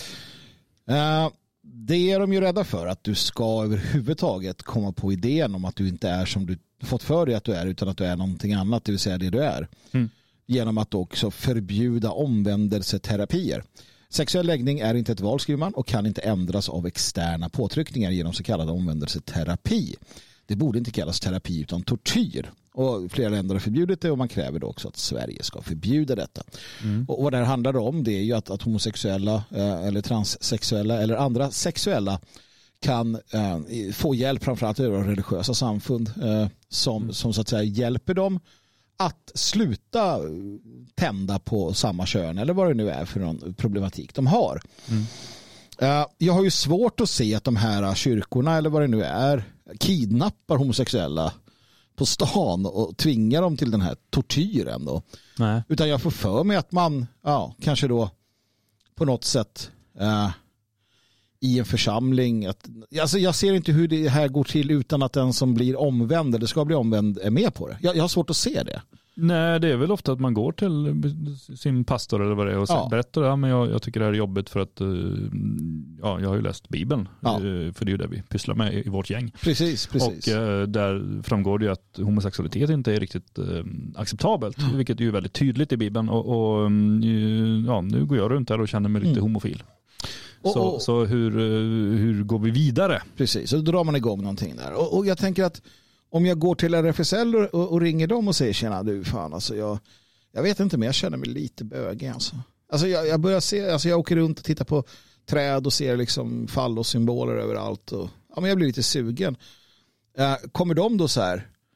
Uh, det är de ju rädda för, att du ska överhuvudtaget komma på idén om att du inte är som du fått för dig att du är, utan att du är någonting annat, det vill säga det du är. Mm. Genom att också förbjuda omvändelseterapier. Sexuell läggning är inte ett val, skriver man, och kan inte ändras av externa påtryckningar genom så kallad omvändelseterapi. Det borde inte kallas terapi utan tortyr. Och flera länder har förbjudit det, och man kräver då också att Sverige ska förbjuda detta. Mm. Och vad det här handlar om, det är ju att, att homosexuella eh, eller transsexuella eller andra sexuella kan eh, få hjälp, framförallt av religiösa samfund eh, som, mm. som så att säga hjälper dem att sluta tända på samma kön eller vad det nu är för någon problematik de har. Mm. Uh, jag har ju svårt att se att de här kyrkorna eller vad det nu är kidnappar homosexuella på stan och tvingar dem till den här tortyren då. Nej. Utan jag får för mig att man ja, kanske då på något sätt uh, i en församling att, alltså jag ser inte hur det här går till utan att den som blir omvänd eller ska bli omvänd är med på det. Jag, jag har svårt att se det. Nej, det är väl ofta att man går till sin pastor eller vad det är och ja. berättar ja, men jag, jag tycker det här är jobbigt för att ja, jag har ju läst Bibeln ja. för det är ju det vi pysslar med i vårt gäng. Precis, precis. Och där framgår det ju att homosexualitet inte är riktigt eh, acceptabelt, mm. vilket är ju väldigt tydligt i Bibeln och, och ja, nu går jag runt här och känner mig lite mm. homofil. Och, så och, så hur, hur går vi vidare? Precis, så då drar man igång någonting där. Och, och jag tänker att om jag går till R F S L och, och ringer dem och säger tjena du fan alltså jag, jag vet inte men jag känner mig lite bögig alltså. Alltså jag, jag börjar se, alltså jag åker runt och tittar på träd och ser liksom fallosymboler överallt. Och, ja, men jag blir lite sugen. Uh, kommer de då så här?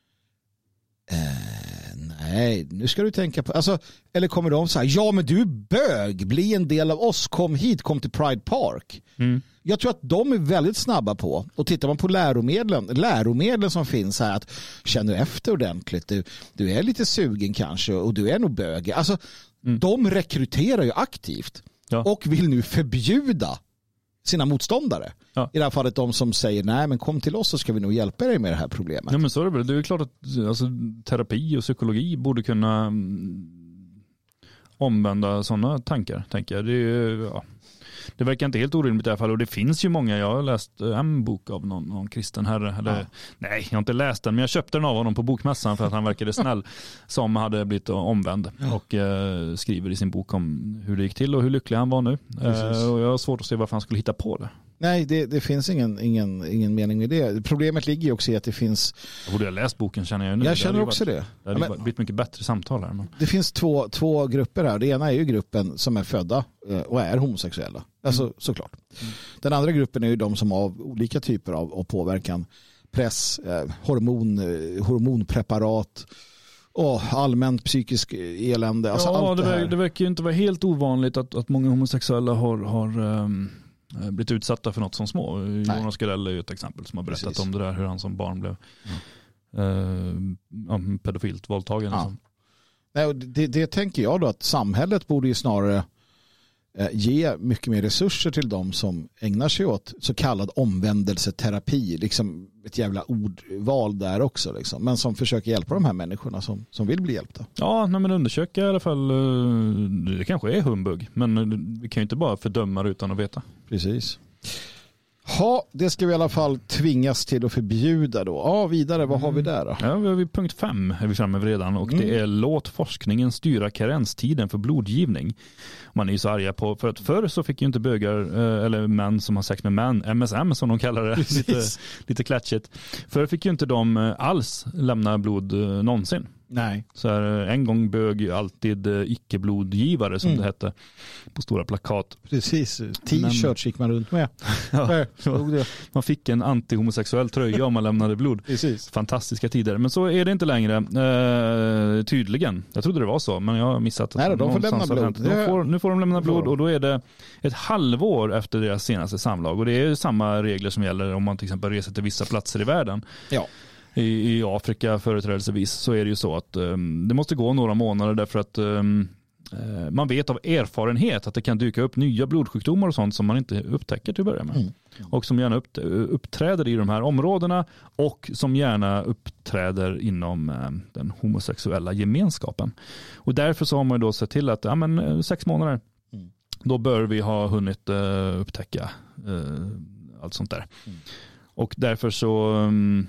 Uh, nej, nu ska du tänka på... Alltså, eller kommer de så här? Ja, men du är bög. Bli en del av oss. Kom hit. Kom till Pride Park. Mm. Jag tror att de är väldigt snabba på. Och tittar man på läromedlen, läromedlen som finns här, att känner du efter ordentligt. Du, du är lite sugen kanske och du är nog bög. Alltså, mm. de rekryterar ju aktivt. Ja. Och vill nu förbjuda sina motståndare. Ja. I det här fallet de som säger nej, men kom till oss så ska vi nog hjälpa dig med det här problemet. Ja, men så är det väl. Det är ju klart att alltså, terapi och psykologi borde kunna um, omvända sådana tankar, tänker jag. Det, är, ja, det verkar inte helt orimligt i alla fall. Och det finns ju många. Jag har läst en bok av någon, någon kristen herre. Eller, ja. Nej, jag har inte läst den, men jag köpte den av honom på bokmässan för att han verkade snäll, som hade blivit omvänd. Ja. Och eh, skriver i sin bok om hur det gick till och hur lycklig han var nu. Eh, och jag har svårt att se varför han skulle hitta på det. Nej, det, det finns ingen, ingen, ingen mening med det. Problemet ligger ju också i att det finns... Jag borde ha läst boken, känner jag nu. Jag känner också varit, det. Det hade ja, blivit mycket bättre samtal här. Men... Det finns två, två grupper här. Det ena är ju gruppen som är födda och är homosexuella. Alltså mm. såklart. Mm. Den andra gruppen är ju de som har olika typer av, av påverkan. Press, eh, hormon, eh, hormonpreparat och allmänt psykisk elände. Alltså ja, allt det, det, ver- det verkar ju inte vara helt ovanligt att, att många homosexuella har... har um... blivit utsatta för något som små. Nej. Jonas Gardell är ju ett exempel som har berättat Precis. om det där, hur han som barn blev mm. eh, pedofilt våldtagen. Ja. Nej, och det, det tänker jag då att samhället borde ju snarare eh, ge mycket mer resurser till dem som ägnar sig åt så kallad omvändelseterapi. Liksom ett jävla ordval där också. Liksom. Men som försöker hjälpa de här människorna som, som vill bli hjälpta. Ja, men undersöka i alla fall. Det kanske är humbug. Men vi kan ju inte bara fördöma det utan att veta. Precis. Ja, det ska vi i alla fall tvingas till att förbjuda då. Ja, vidare, vad har vi där då? Ja, vi har punkt fem är vi framme vid redan och mm. det är låt forskningen styra karenstiden för blodgivning. Man är ju så arga på, för att förr så fick ju inte bögar eller män som har sex med män, M S M som de kallar det, lite, lite klatschigt. Förr fick ju inte de alls lämna blod någonsin. Nej. Så här, en gång bög alltid icke-blodgivare som mm. det hette på stora plakat. Precis, t-shirts gick man runt med. Ja, man fick en anti-homosexuell tröja om man lämnade blod. Precis. Fantastiska tider. Men så är det inte längre. Eh, tydligen. Jag trodde det var så, men jag har missat. Nej, de får lämna blod. De får, nu får de lämna blod och då är det ett halvår efter deras senaste samlag. Och det är samma regler som gäller om man till exempel reser till vissa platser i världen. Ja. I, i Afrika företrädelsevis så är det ju så att um, det måste gå några månader därför att um, uh, man vet av erfarenhet att det kan dyka upp nya blodsjukdomar och sånt som man inte upptäcker till att börja med. Mm. Mm. Och som gärna upp, uppträder i de här områdena och som gärna uppträder inom um, den homosexuella gemenskapen. Och därför så har man då sett till att ja, men, sex månader mm. då bör vi ha hunnit uh, upptäcka uh, allt sånt där. Mm. Och därför så um,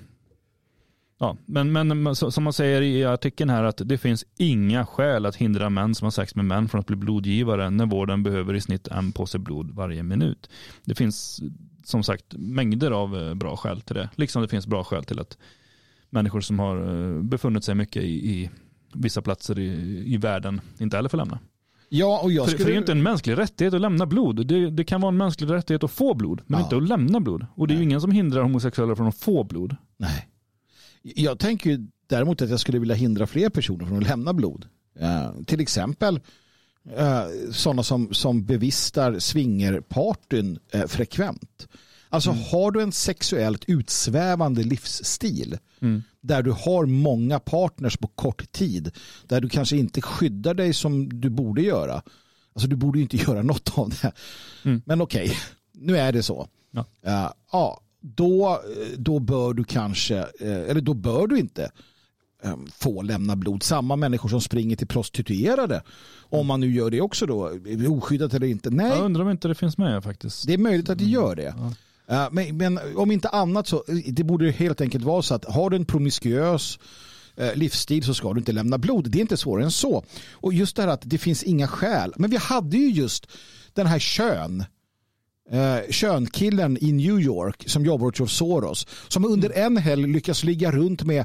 Ja, men, men som man säger i artikeln här att det finns inga skäl att hindra män som har sex med män från att bli blodgivare när vården behöver i snitt en påse blod varje minut. Det finns som sagt mängder av bra skäl till det. Liksom det finns bra skäl till att människor som har befunnit sig mycket i, i vissa platser i, i världen inte heller får lämna. Ja, och jag för, skulle... för det är ju inte en mänsklig rättighet att lämna blod. Det, det kan vara en mänsklig rättighet att få blod, men ja. inte att lämna blod. Och det är Nej. ju ingen som hindrar homosexuella från att få blod. Nej. Jag tänker ju däremot att jag skulle vilja hindra fler personer från att lämna blod. Uh, till exempel uh, sådana som, som bevistar swingerpartyn uh, frekvent. Alltså mm. har du en sexuellt utsvävande livsstil mm. där du har många partners på kort tid, där du kanske inte skyddar dig som du borde göra. Alltså du borde ju inte göra något av det. Mm. Men okej, okay, nu är det så. Ja. Uh, ja. Då, då bör du kanske, eller då bör du inte få lämna blod. Samma människor som springer till prostituerade, om man nu gör det också då, oskyddat eller inte. Nej. Jag undrar om inte det finns med faktiskt. Det är möjligt att det gör det. Ja. Men, men om inte annat så, det borde helt enkelt vara så att har du en promiskuös livsstil så ska du inte lämna blod. Det är inte svårare än så. Och just det här att det finns inga skäl. Men vi hade ju just den här kön Uh, könkillen i New York som jobbar åt George Soros som under en helg lyckas ligga runt med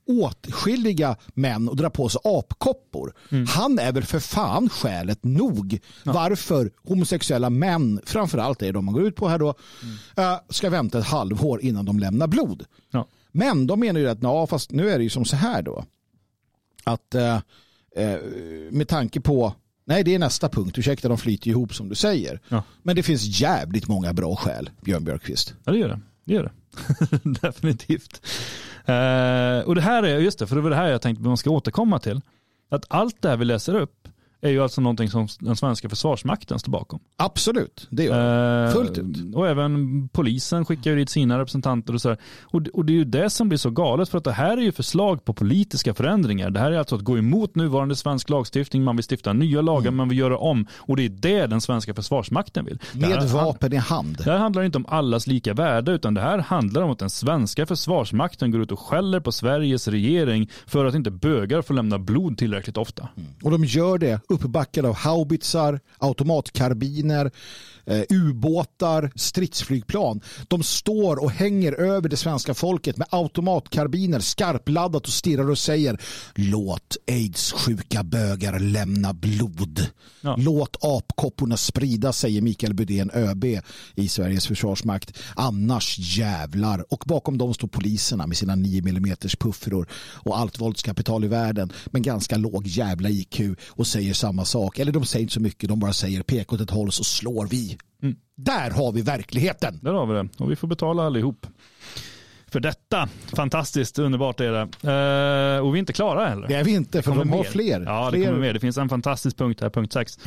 åtskilliga män och dra på sig apkoppor. Mm. Han är väl för fan skälet nog ja. varför homosexuella män, framförallt är det de man går ut på här då, mm. äh, ska vänta ett halvår innan de lämnar blod. Ja. Men de menar ju att ja, fast nu är det ju som så här då. Att äh, äh, med tanke på nej, det är nästa punkt. Ursäkta, de flyter ihop som du säger. Ja. Men det finns jävligt många bra skäl, Björn Björkqvist. Ja, det gör det. Det gör det. Definitivt. Uh, och det här är, just det, för det var det här jag tänkte att man ska återkomma till. Att allt det här vi läser upp är ju alltså någonting som den svenska försvarsmakten står bakom. Absolut, det gör uh, fullt ut. Och även polisen skickar ju dit sina representanter och så här. Och, och det är ju det som blir så galet, för att det här är ju förslag på politiska förändringar. Det här är alltså att gå emot nuvarande svensk lagstiftning. Man vill stifta nya lagar, mm. man vill göra om. Och det är det den svenska försvarsmakten vill. Med här, vapen i hand. Det här handlar inte om allas lika värde, utan det här handlar om att den svenska försvarsmakten går ut och skäller på Sveriges regering för att inte bögar får lämna blod tillräckligt ofta. Mm. Och de gör det uppbackade av haubitsar, automatkarbiner, eh, ubåtar, stridsflygplan. De står och hänger över det svenska folket med automatkarbiner skarpladdat och stirrar och säger: låt aids-sjuka bögar lämna blod. Ja. Låt apkopporna sprida, säger Mikael Bydén, ÖB i Sveriges försvarsmakt. Annars jävlar. Och bakom dem står poliserna med sina nio millimeters puffror och allt våldskapital i världen, men ganska låg jävla I Q, och säger samma sak. Eller de säger inte så mycket, de bara säger peka åt ett håll så slår vi. Mm. Där har vi verkligheten. Där har vi det. Och vi får betala allihop för detta. Fantastiskt, underbart är det. Uh, och vi är inte klara heller. Det är vi inte, för de har mer. fler. Ja, det fler. kommer med. Det finns en fantastisk punkt här, punkt sex.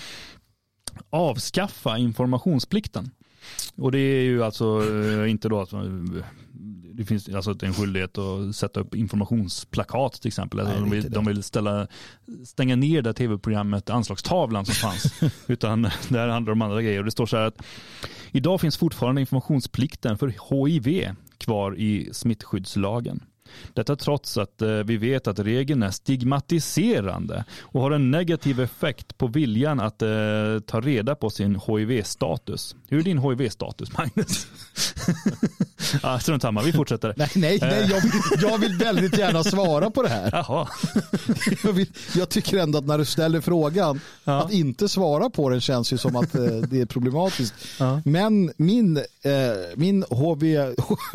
Avskaffa informationsplikten. Och det är ju alltså inte då att det finns alltså en skyldighet att sätta upp informationsplakat till exempel. Nej, de, vill, de vill ställa, stänga ner det tv-programmet Anslagstavlan som fanns. Utan det här handlar om andra grejer. Och det står så här att idag finns fortfarande informationsplikten för H I V kvar i smittskyddslagen. Detta trots att eh, vi vet att regeln är stigmatiserande och har en negativ effekt på viljan att eh, ta reda på sin H I V-status. Hur är din H I V-status, Magnus? Ja, strunt samma, vi fortsätter. Nej, nej, nej jag, vill, jag vill väldigt gärna svara på det här. Jaha. Jag, vill, jag tycker ändå att när du ställer frågan, ja. att inte svara på den känns ju som att eh, det är problematiskt. Ja. Men min, eh, min H V...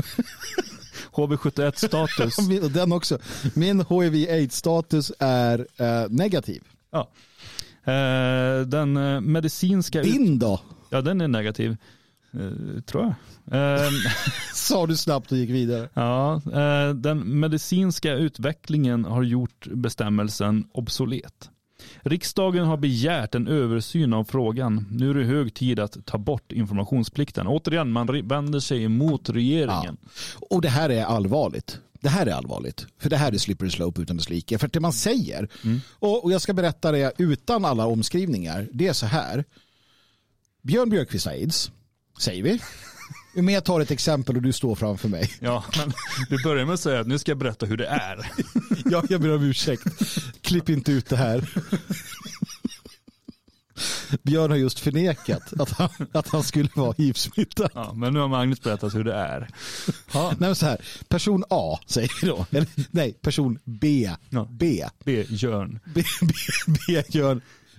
H V sjuttioett-status. Den också. Min H I V-AIDS-status är eh, negativ. Ja. Eh, den eh, medicinska... Din då? Ja, den är negativ. Eh, tror jag. Eh, Sa du snabbt och gick vidare. Ja. Eh, den medicinska utvecklingen har gjort bestämmelsen obsolet. Riksdagen har begärt en översyn av frågan. Nu är det hög tid att ta bort informationsplikten. Återigen, man vänder sig emot regeringen. Ja. Och det här är allvarligt. Det här är allvarligt. För det här är slippery slope utan dess like. För det man säger, mm. och, och jag ska berätta det utan alla omskrivningar, det är så här. Björn Björkqvist AIDS, säger vi. Men jag tar ett exempel och du står framför mig. Ja, men du börjar med att säga att nu ska jag berätta hur det är. Ja, jag ber om ursäkt. Klipp inte ut det här. Björn har just förnekat att han, att han skulle vara H I V-smittad. Ja, men nu har Magnus berättat hur det är. Ja. Nej, men så här, person A säger vi då. Eller, nej, person B. Ja. B. B. Jörn. B. B. B. Jörn.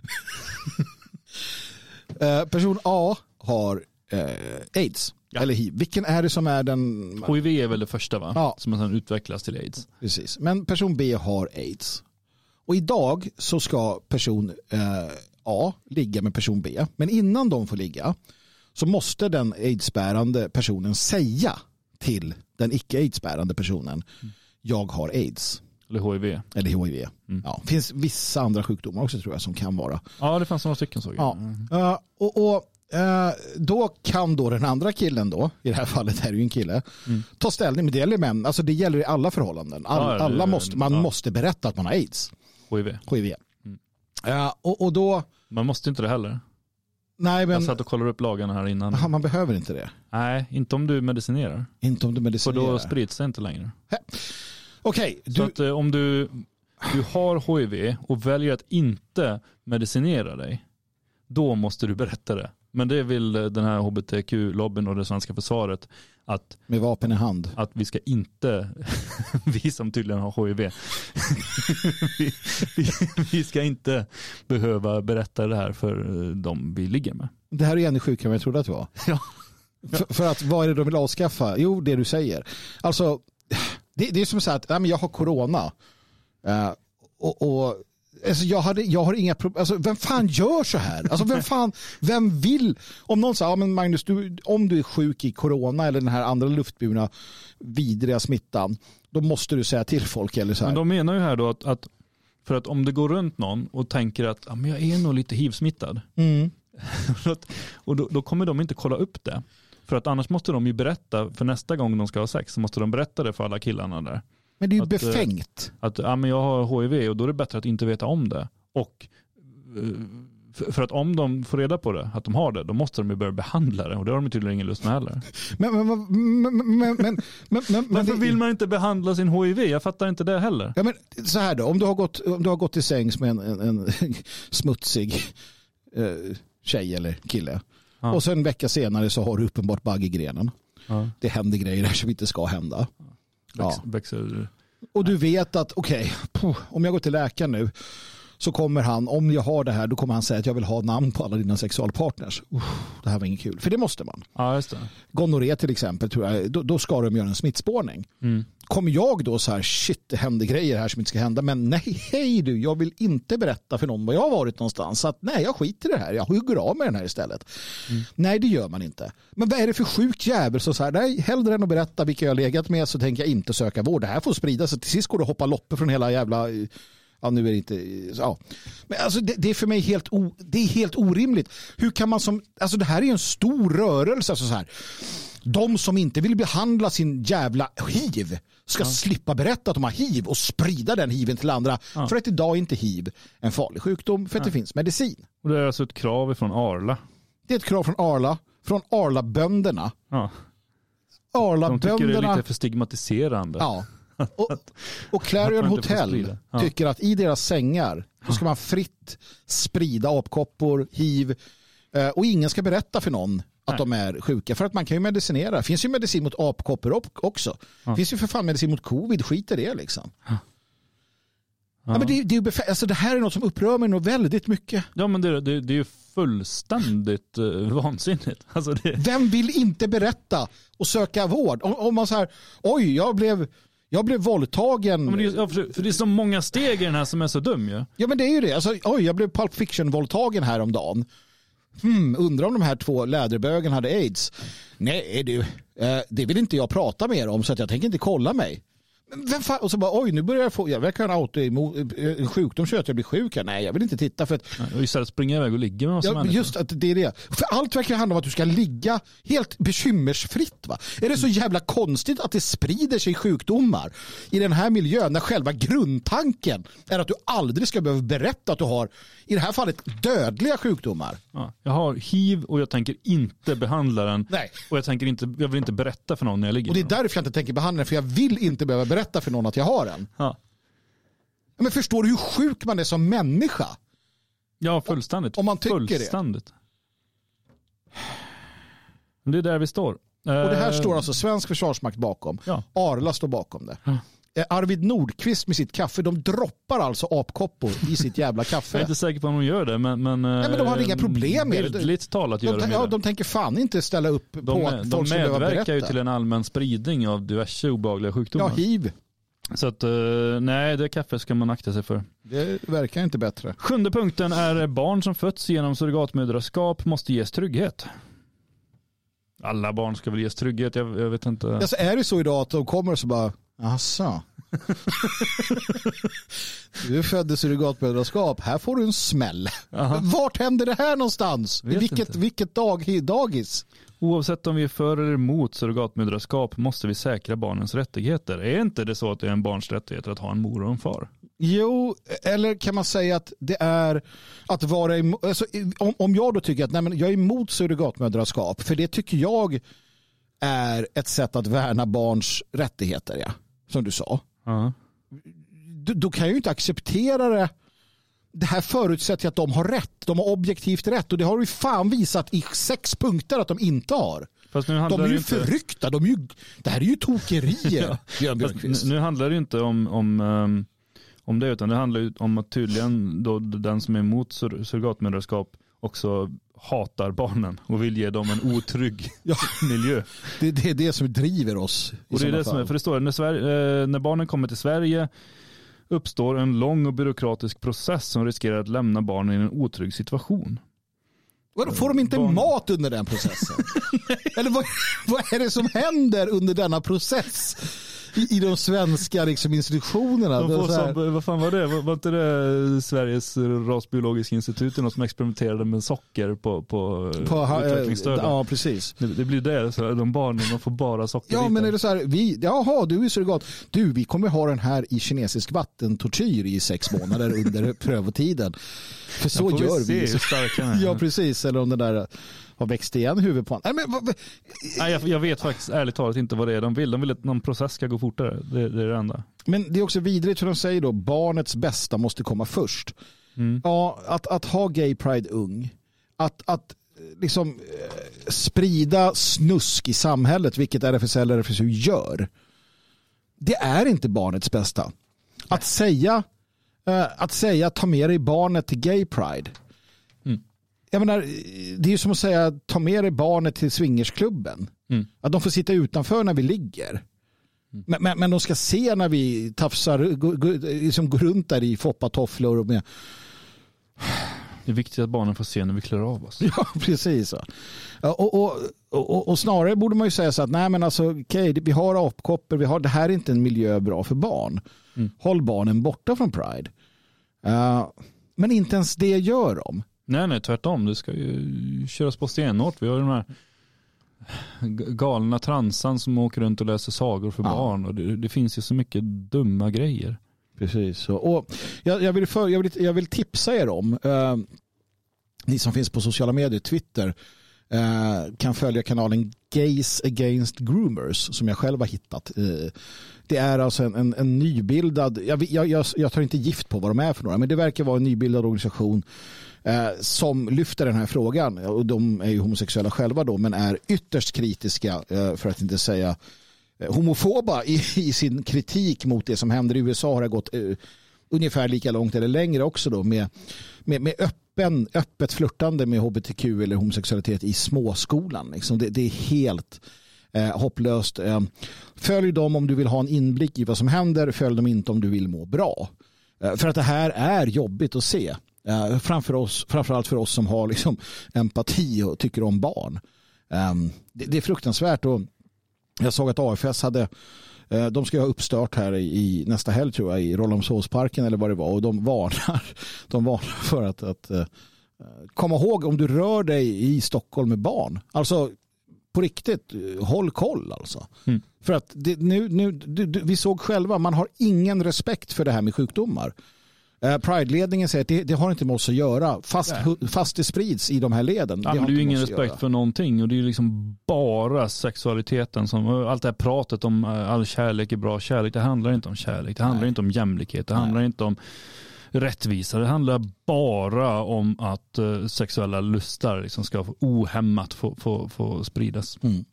uh, person A har uh, AIDS. Ja. Eller H I V. Vilken är det som är den... H I V är väl det första, va? Ja. Som sedan utvecklas till AIDS. Precis. Men person B har AIDS. Och idag så ska person eh, A ligga med person B. Men innan de får ligga så måste den AIDS-bärande personen säga till den icke-AIDS-bärande personen mm. jag har AIDS. Eller H I V. Eller H I V. Mm. Ja, det finns vissa andra sjukdomar också tror jag som kan vara. Ja, det fanns några stycken så. Ja. Mm. Uh, och... och Uh, då kan då den andra killen då, i det här fallet här är ju en kille, mm. ta ställning, men det gäller män, alltså det gäller i alla förhållanden. All, ja, alla måste, man ja. måste berätta att man har AIDS. H I V. H I V. Mm. Uh, och, och då... Man måste inte det heller. Nej, men... Jag satt och kollade upp lagarna här innan. Aha, man behöver inte det. Nej, inte om du medicinerar. Inte om du medicinerar. För då sprids det inte längre. Okej. Okay, Så du... att eh, om du, du har H I V och väljer att inte medicinera dig, då måste du berätta det. Men det vill den här H B T Q-lobbyn och det svenska försvaret att med vapen i hand. Att vi ska inte, vi som tydligen har H I V, vi, vi, vi ska inte behöva berätta det här för dem vi ligger med. Det här är ännu sjukare än jag trodde att det var. Ja. För, för att vad är det de vill avskaffa? Jo, det du säger. Alltså, det, det är som att säga att nej, men jag har corona. Uh, och, och alltså, jag, hade, jag har inga problem. Alltså, vem fan gör så här? Alltså, vem fan, vem vill? Om någon säger, ja, men Magnus, du, om du är sjuk i corona eller den här andra luftburna vidriga smittan, då måste du säga till folk. Eller så här. Men de menar ju här då att, att för att om det går runt någon och tänker att ja, men jag är nog lite hiv-smittad. Mm. och då, då kommer de inte kolla upp det. För att annars måste de ju berätta, för nästa gång de ska ha sex så måste de berätta det för alla killarna där. Men det är ju att, befängt. Att ja, men jag har H I V och då är det bättre att inte veta om det. Och för, för att om de får reda på det, att de har det, då måste de ju börja behandla det. Och det har de tydligen ingen lust med heller. Men, men, men, men, men, men, men Varför det, vill man inte behandla sin H I V? Jag fattar inte det heller. Ja, men så här då, om du har gått, om du har gått i sängs med en, en, en smutsig eh, tjej eller kille. Ja. Och sen en vecka senare så har du uppenbart bagg i grenen. Ja. Det händer grejer där som inte ska hända. Ja. Växer. Och du vet att okej, okay, om jag går till läkaren nu så kommer han, om jag har det här, då kommer han säga att jag vill ha namn på alla dina sexualpartners. Uh, det här var inget kul, för det måste man. Ja, just det. Gonorré till exempel, tror jag, då, då ska de göra en smittspårning. Mm. Kommer jag då så här, shit, det händer grejer här som inte ska hända, men nej, hej du, jag vill inte berätta för någon var jag har varit någonstans, så att nej, jag skiter i det här, jag hugger av med den här istället. Mm. Nej, det gör man inte. Men vad är det för sjuk jävel så, så här, nej, hellre än att berätta vilka jag har legat med så tänker jag inte söka vård. Det här får sprida sig, till sist går det att hoppa loppor från hela jävla... Ja, nu är det inte... Ja. Men alltså det, det är för mig helt, o, det är helt orimligt. Hur kan man som... Alltså det här är en stor rörelse. Alltså så här. De som inte vill behandla sin jävla hiv ska ja. slippa berätta att de har hiv och sprida den hiven till andra. Ja. För att idag är inte hiv en farlig sjukdom för att ja. det finns medicin. Och det är alltså ett krav från Arla. Det är ett krav från Arla. Från Arla-bönderna. Ja. Arla-bönderna... De tycker det är lite för stigmatiserande. Ja. Och, och Clarion Hotel ja. tycker att i deras sängar så ska man fritt sprida apkoppor, hiv och ingen ska berätta för någon att Nej. de är sjuka. För att man kan ju medicinera. Det finns ju medicin mot apkoppor också. Det ja. finns ju för fan medicin mot covid. Skit i det liksom. Ja. Ja, men det, det, är befä- alltså det här är något som upprör mig nog väldigt mycket. Ja, men det, det, det är ju fullständigt uh, vansinnigt. Alltså det... Vem vill inte berätta och söka vård? Om, om man så här, oj, jag blev... Jag blev våldtagen. Ja, men det, är, ja, för, för det är så många steg i den här som är så dum ju. Ja, ja men det är ju det. Alltså, oj, jag blev Pulp Fiction-våldtagen här om dagen. Hmm, undrar om de här två läderbögen hade AIDS. Nej du, eh, det vill inte jag prata mer om så att jag tänker inte kolla mig. Men vem fan? Och så bara, oj nu börjar jag få, jag verkar ha en sjukdom så att jag blir sjuk här. Nej, jag vill inte titta för att... Och istället springa iväg och ligga med oss. Ja, just att det är det. För allt verkar handla om att du ska ligga helt bekymmersfritt va? Är det så jävla konstigt att det sprider sig sjukdomar i den här miljön när själva grundtanken är att du aldrig ska behöva berätta att du har, i det här fallet, dödliga sjukdomar? Ja, jag har hiv och jag tänker inte behandla den. Nej. Och jag, tänker inte, jag vill inte berätta för någon när jag ligger. Och det är därför jag inte tänker behandla den, för jag vill inte behöva berätta för någon att jag har den. Ja. Men förstår du hur sjuk man är som människa? Ja, fullständigt. Om man tycker fullständigt. det. Det är där vi står. Och det här står alltså svensk försvarsmakt bakom. Ja. Arla står bakom det. Ja. Arvid Nordqvist med sitt kaffe, de droppar alltså apkoppor i sitt jävla kaffe. Jag är inte säker på om de gör det, men... men, Nej, men de har inga problem med det. Bildligt talat gör de, de, ja, det. De tänker fan inte ställa upp de, på att de folk ska behöva berätta. De medverkar ju till en allmän spridning av diverse obehagliga sjukdomar. Ja, hiv. Så att, nej, det kaffe ska man akta sig för. Det verkar inte bättre. Sjunde punkten är barn som fötts genom surrogatmödraskap måste ges trygghet. Alla barn ska väl ges trygghet, jag, jag vet inte. Alltså, är det så idag att de kommer och så bara, asså. Du föddes surrogatmödraskap, här får du en smäll. Aha. Vart händer det här någonstans? Vilket, vilket dag, dagis? Oavsett om vi är för eller emot surrogatmödraskap måste vi säkra barnens rättigheter. Är inte det så att det är en barns rättigheter att ha en mor och en far? Jo, eller kan man säga att det är att vara emot, alltså, om, om jag då tycker att nej, men jag är emot surrogatmödraskap, för det tycker jag är ett sätt att värna barns rättigheter, ja, som du sa. Uh-huh. Då, då kan jag ju inte acceptera det det här förutsätter att de har rätt. De har objektivt rätt. Och det har ju fan visat i sex punkter att de inte har. Fast nu de är ju inte... förryckta. De är ju... Det här är ju tokerier. Ja. Nu, nu handlar det ju inte om, om, um, om det, utan det handlar ju om att tydligen då den som är emot sur- surrogatmödraskap också hatar barnen och vill ge dem en otrygg ja. miljö. Det, det är det som driver oss. Och det är det fall. som är, för det står när, Sverige, eh, när barnen kommer till Sverige uppstår en lång och byråkratisk process som riskerar att lämna barnen i en otrygg situation. Får de inte Barn... mat under den processen? Eller vad, vad är det som händer under denna process i, i de svenska liksom, institutionerna? De får här... som, vad fan var det? Var, var inte det Sveriges rasbiologiska institut som experimenterade med socker på, på, på utvecklingsstörda? Ja, precis. Det, det blir det, så de barnen de får bara socker. Ja, men är det så här, vi, jaha, du är surrogat. Du, vi kommer ha den här i kinesisk vattentortyr i sex månader under prövotiden. För så ja, gör vi. vi. Så ja, precis. Eller om det där har växt igen huvudet på honom. Nej, men, vad, vad... Nej, jag, jag vet faktiskt ärligt talat inte vad det är de vill. De vill att någon process ska gå fortare. Det, det är det enda. Men det är också vidrigt för de säger då barnets bästa måste komma först. Mm. Ja, att, att ha gay pride ung. Att, att liksom eh, sprida snusk i samhället, vilket R F S L och R F S U gör. Det är inte barnets bästa. Att säga Uh, att säga ta med dig barnet till gay pride. Mm. Jag menar, det är ju som att säga ta med dig barnet till swingersklubben. Mm. Att de får sitta utanför när vi ligger. Mm. Men, men, men de ska se när vi tafsar, går, går, liksom går runt där i foppatofflor och med. Det är viktigt att barnen får se när vi klär av oss. Ja, precis. Så. Och, och, och, och snarare borde man ju säga så att nej men alltså okej, okay, vi har apkoppor, vi har, det här är inte en miljö bra för barn. Mm. Håll barnen borta från Pride. Uh, men inte ens det gör de. Nej, nej, tvärtom. Det ska ju köras på stenhårt. Vi har de här galna transan som åker runt och läser sagor för ja. barn. Och det, det finns ju så mycket dumma grejer. Precis. Och jag, jag, vill för, jag, vill, jag vill tipsa er om uh, ni som finns på sociala medier, Twitter, uh, kan följa kanalen Gays Against Groomers som jag själv har hittat. Uh, det är alltså en, en, en nybildad, jag, jag, jag tar inte gift på vad de är för några, men det verkar vara en nybildad organisation uh, som lyfter den här frågan. Och de är ju homosexuella själva då, men är ytterst kritiska, uh, för att inte säga homofoba i, i sin kritik mot det som händer i U S A. Har det gått uh, ungefär lika långt eller längre också då med, med, med öppen, öppet flirtande med H B T Q eller homosexualitet i småskolan. Liksom. Det, det är helt eh, hopplöst. Eh, följ dem om du vill ha en inblick i vad som händer. Följ dem inte om du vill må bra. Eh, för att det här är jobbigt att se. Eh, framför oss, framförallt för oss som har liksom, empati och tycker om barn. Eh, det, det är fruktansvärt. Och jag såg att A F S hade de ska ha uppstart här i nästa helg tror jag i Rålambshovsparken eller vad det var, och de varnar, de varnar för att, att uh, komma ihåg om du rör dig i Stockholm med barn. Alltså på riktigt, håll koll alltså. Mm. För att det, nu, nu, du, du, vi såg själva, man har ingen respekt för det här med sjukdomar. Uh, Pride-ledningen säger att det, det har inte med oss att göra fast, fast det sprids i de här leden. Ja, det, men det är ju ingen respekt för någonting och det är ju liksom bara sexualiteten som, allt det här pratet om all kärlek är bra kärlek, det handlar inte om kärlek, det handlar Nej. inte om jämlikhet, det Nej. handlar inte om rättvisa, det handlar bara om att uh, sexuella lustar liksom ska få, ohämmat få, få, få spridas. Mm.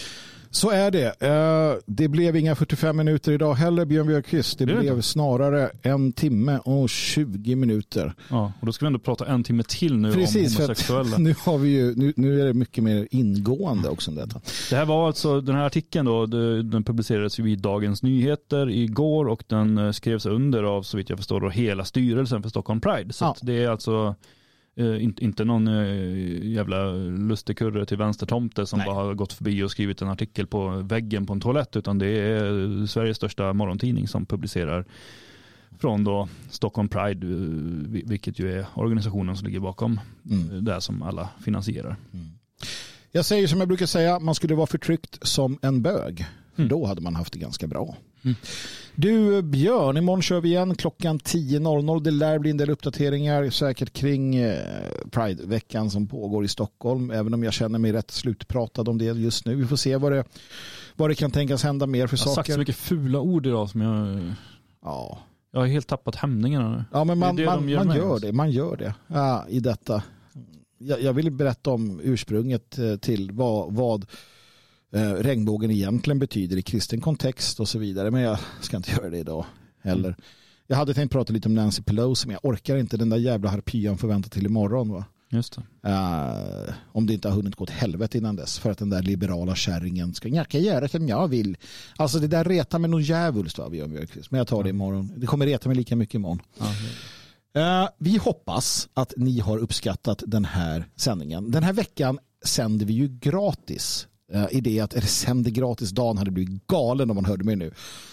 Så är det. Det blev inga fyrtiofem minuter idag heller, Björn Björkqvist. Det, det blev det. snarare en timme och tjugo minuter. Ja, och då ska vi ändå prata en timme till nu. Precis, om homosexuella. Nu, har vi ju, nu, nu är det mycket mer ingående också om detta. Det här var alltså, den här artikeln då, den publicerades ju i Dagens Nyheter igår och den skrevs under av, så vitt jag förstår, då, hela styrelsen för Stockholm Pride. Så ja. det är alltså Uh, inte, inte någon uh, jävla lustigkurre till vänstertomte som Nej. bara har gått förbi och skrivit en artikel på väggen på en toalett, utan det är Sveriges största morgontidning som publicerar från då Stockholm Pride, uh, vilket ju är organisationen som ligger bakom mm. uh, det som alla finansierar. Mm. Jag säger som jag brukar säga, man skulle vara förtryckt som en bög. Mm. Då hade man haft det ganska bra. Mm. Du Björn, imorgon kör vi igen klockan tio noll noll. Det lär bli en del uppdateringar säkert kring eh, Pride-veckan som pågår i Stockholm. Även om jag känner mig rätt slutpratad om det just nu. Vi får se vad det, vad det kan tänkas hända mer för jag saker. Jag har sagt så mycket fula ord idag som jag... Ja. Jag har helt tappat hämningarna nu. Ja, men man, det är det man, de gör man, med gör oss. det, man gör det ja, i detta. Jag, jag vill berätta om ursprunget till vad, vad eh, regnbågen egentligen betyder i kristen kontext och så vidare. Men jag ska inte göra det idag heller. Mm. Jag hade tänkt prata lite om Nancy Pelosi, men jag orkar inte. Den där jävla harpyan får vänta till imorgon, va? Just det. Uh, om det inte har hunnit gå till helvete innan dess, för att den där liberala kärringen ska jag kan göra som jag vill. Alltså det där retar med någon djävulst, va, Björn Björkqvist. Men jag tar det imorgon. Det kommer reta mig lika mycket imorgon. Uh, vi hoppas att ni har uppskattat den här sändningen. Den här veckan sänder vi ju gratis. Uh, i det att, eller sänder gratis, Dan hade blivit galen om man hörde mig nu.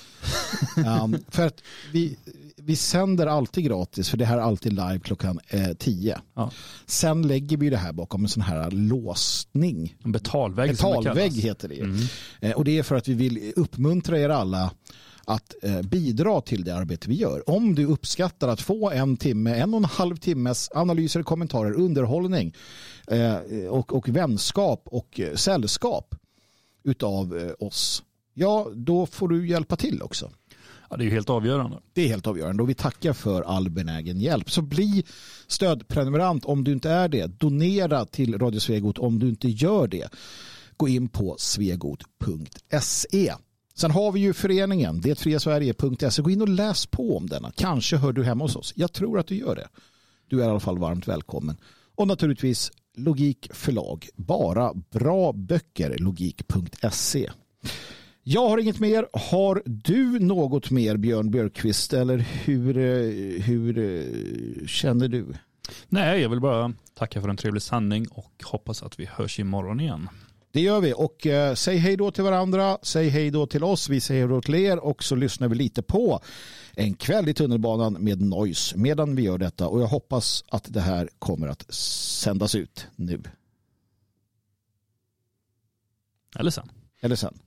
um, för att vi, vi sänder alltid gratis, för det här är alltid live klockan eh, tio. Ja. Sen lägger vi det här bakom en sån här låsning. En betalvägg. Betalvägg heter det. Mm. Eh, och det är för att vi vill uppmuntra er alla att eh, bidra till det arbete vi gör. Om du uppskattar att få en timme, en och en halv timmes analyser, kommentarer, underhållning eh, och, och vänskap och eh, sällskap utav eh, oss, ja, då får du hjälpa till också. Ja, det är ju helt avgörande. Det är helt avgörande och vi tackar för all benägen hjälp. Så bli stödprenumerant om du inte är det. Donera till Radio Svegot om du inte gör det. Gå in på svegot punkt se. Sen har vi ju föreningen detfriasverige punkt se. Gå in och läs på om denna. Kanske hör du hemma hos oss. Jag tror att du gör det. Du är i alla fall varmt välkommen. Och naturligtvis Logik förlag. Bara bra böcker. logik punkt se. Jag har inget mer. Har du något mer, Björn Björkqvist? Eller hur, hur känner du? Nej, jag vill bara tacka för en trevlig sändning och hoppas att vi hörs imorgon igen. Det gör vi. Och eh, säg hej då till varandra. Säg hej då till oss. Vi säger hej då till er. Och så lyssnar vi lite på En kväll i tunnelbanan med Noise medan vi gör detta. Och jag hoppas att det här kommer att sändas ut nu. Eller sen. Eller sen.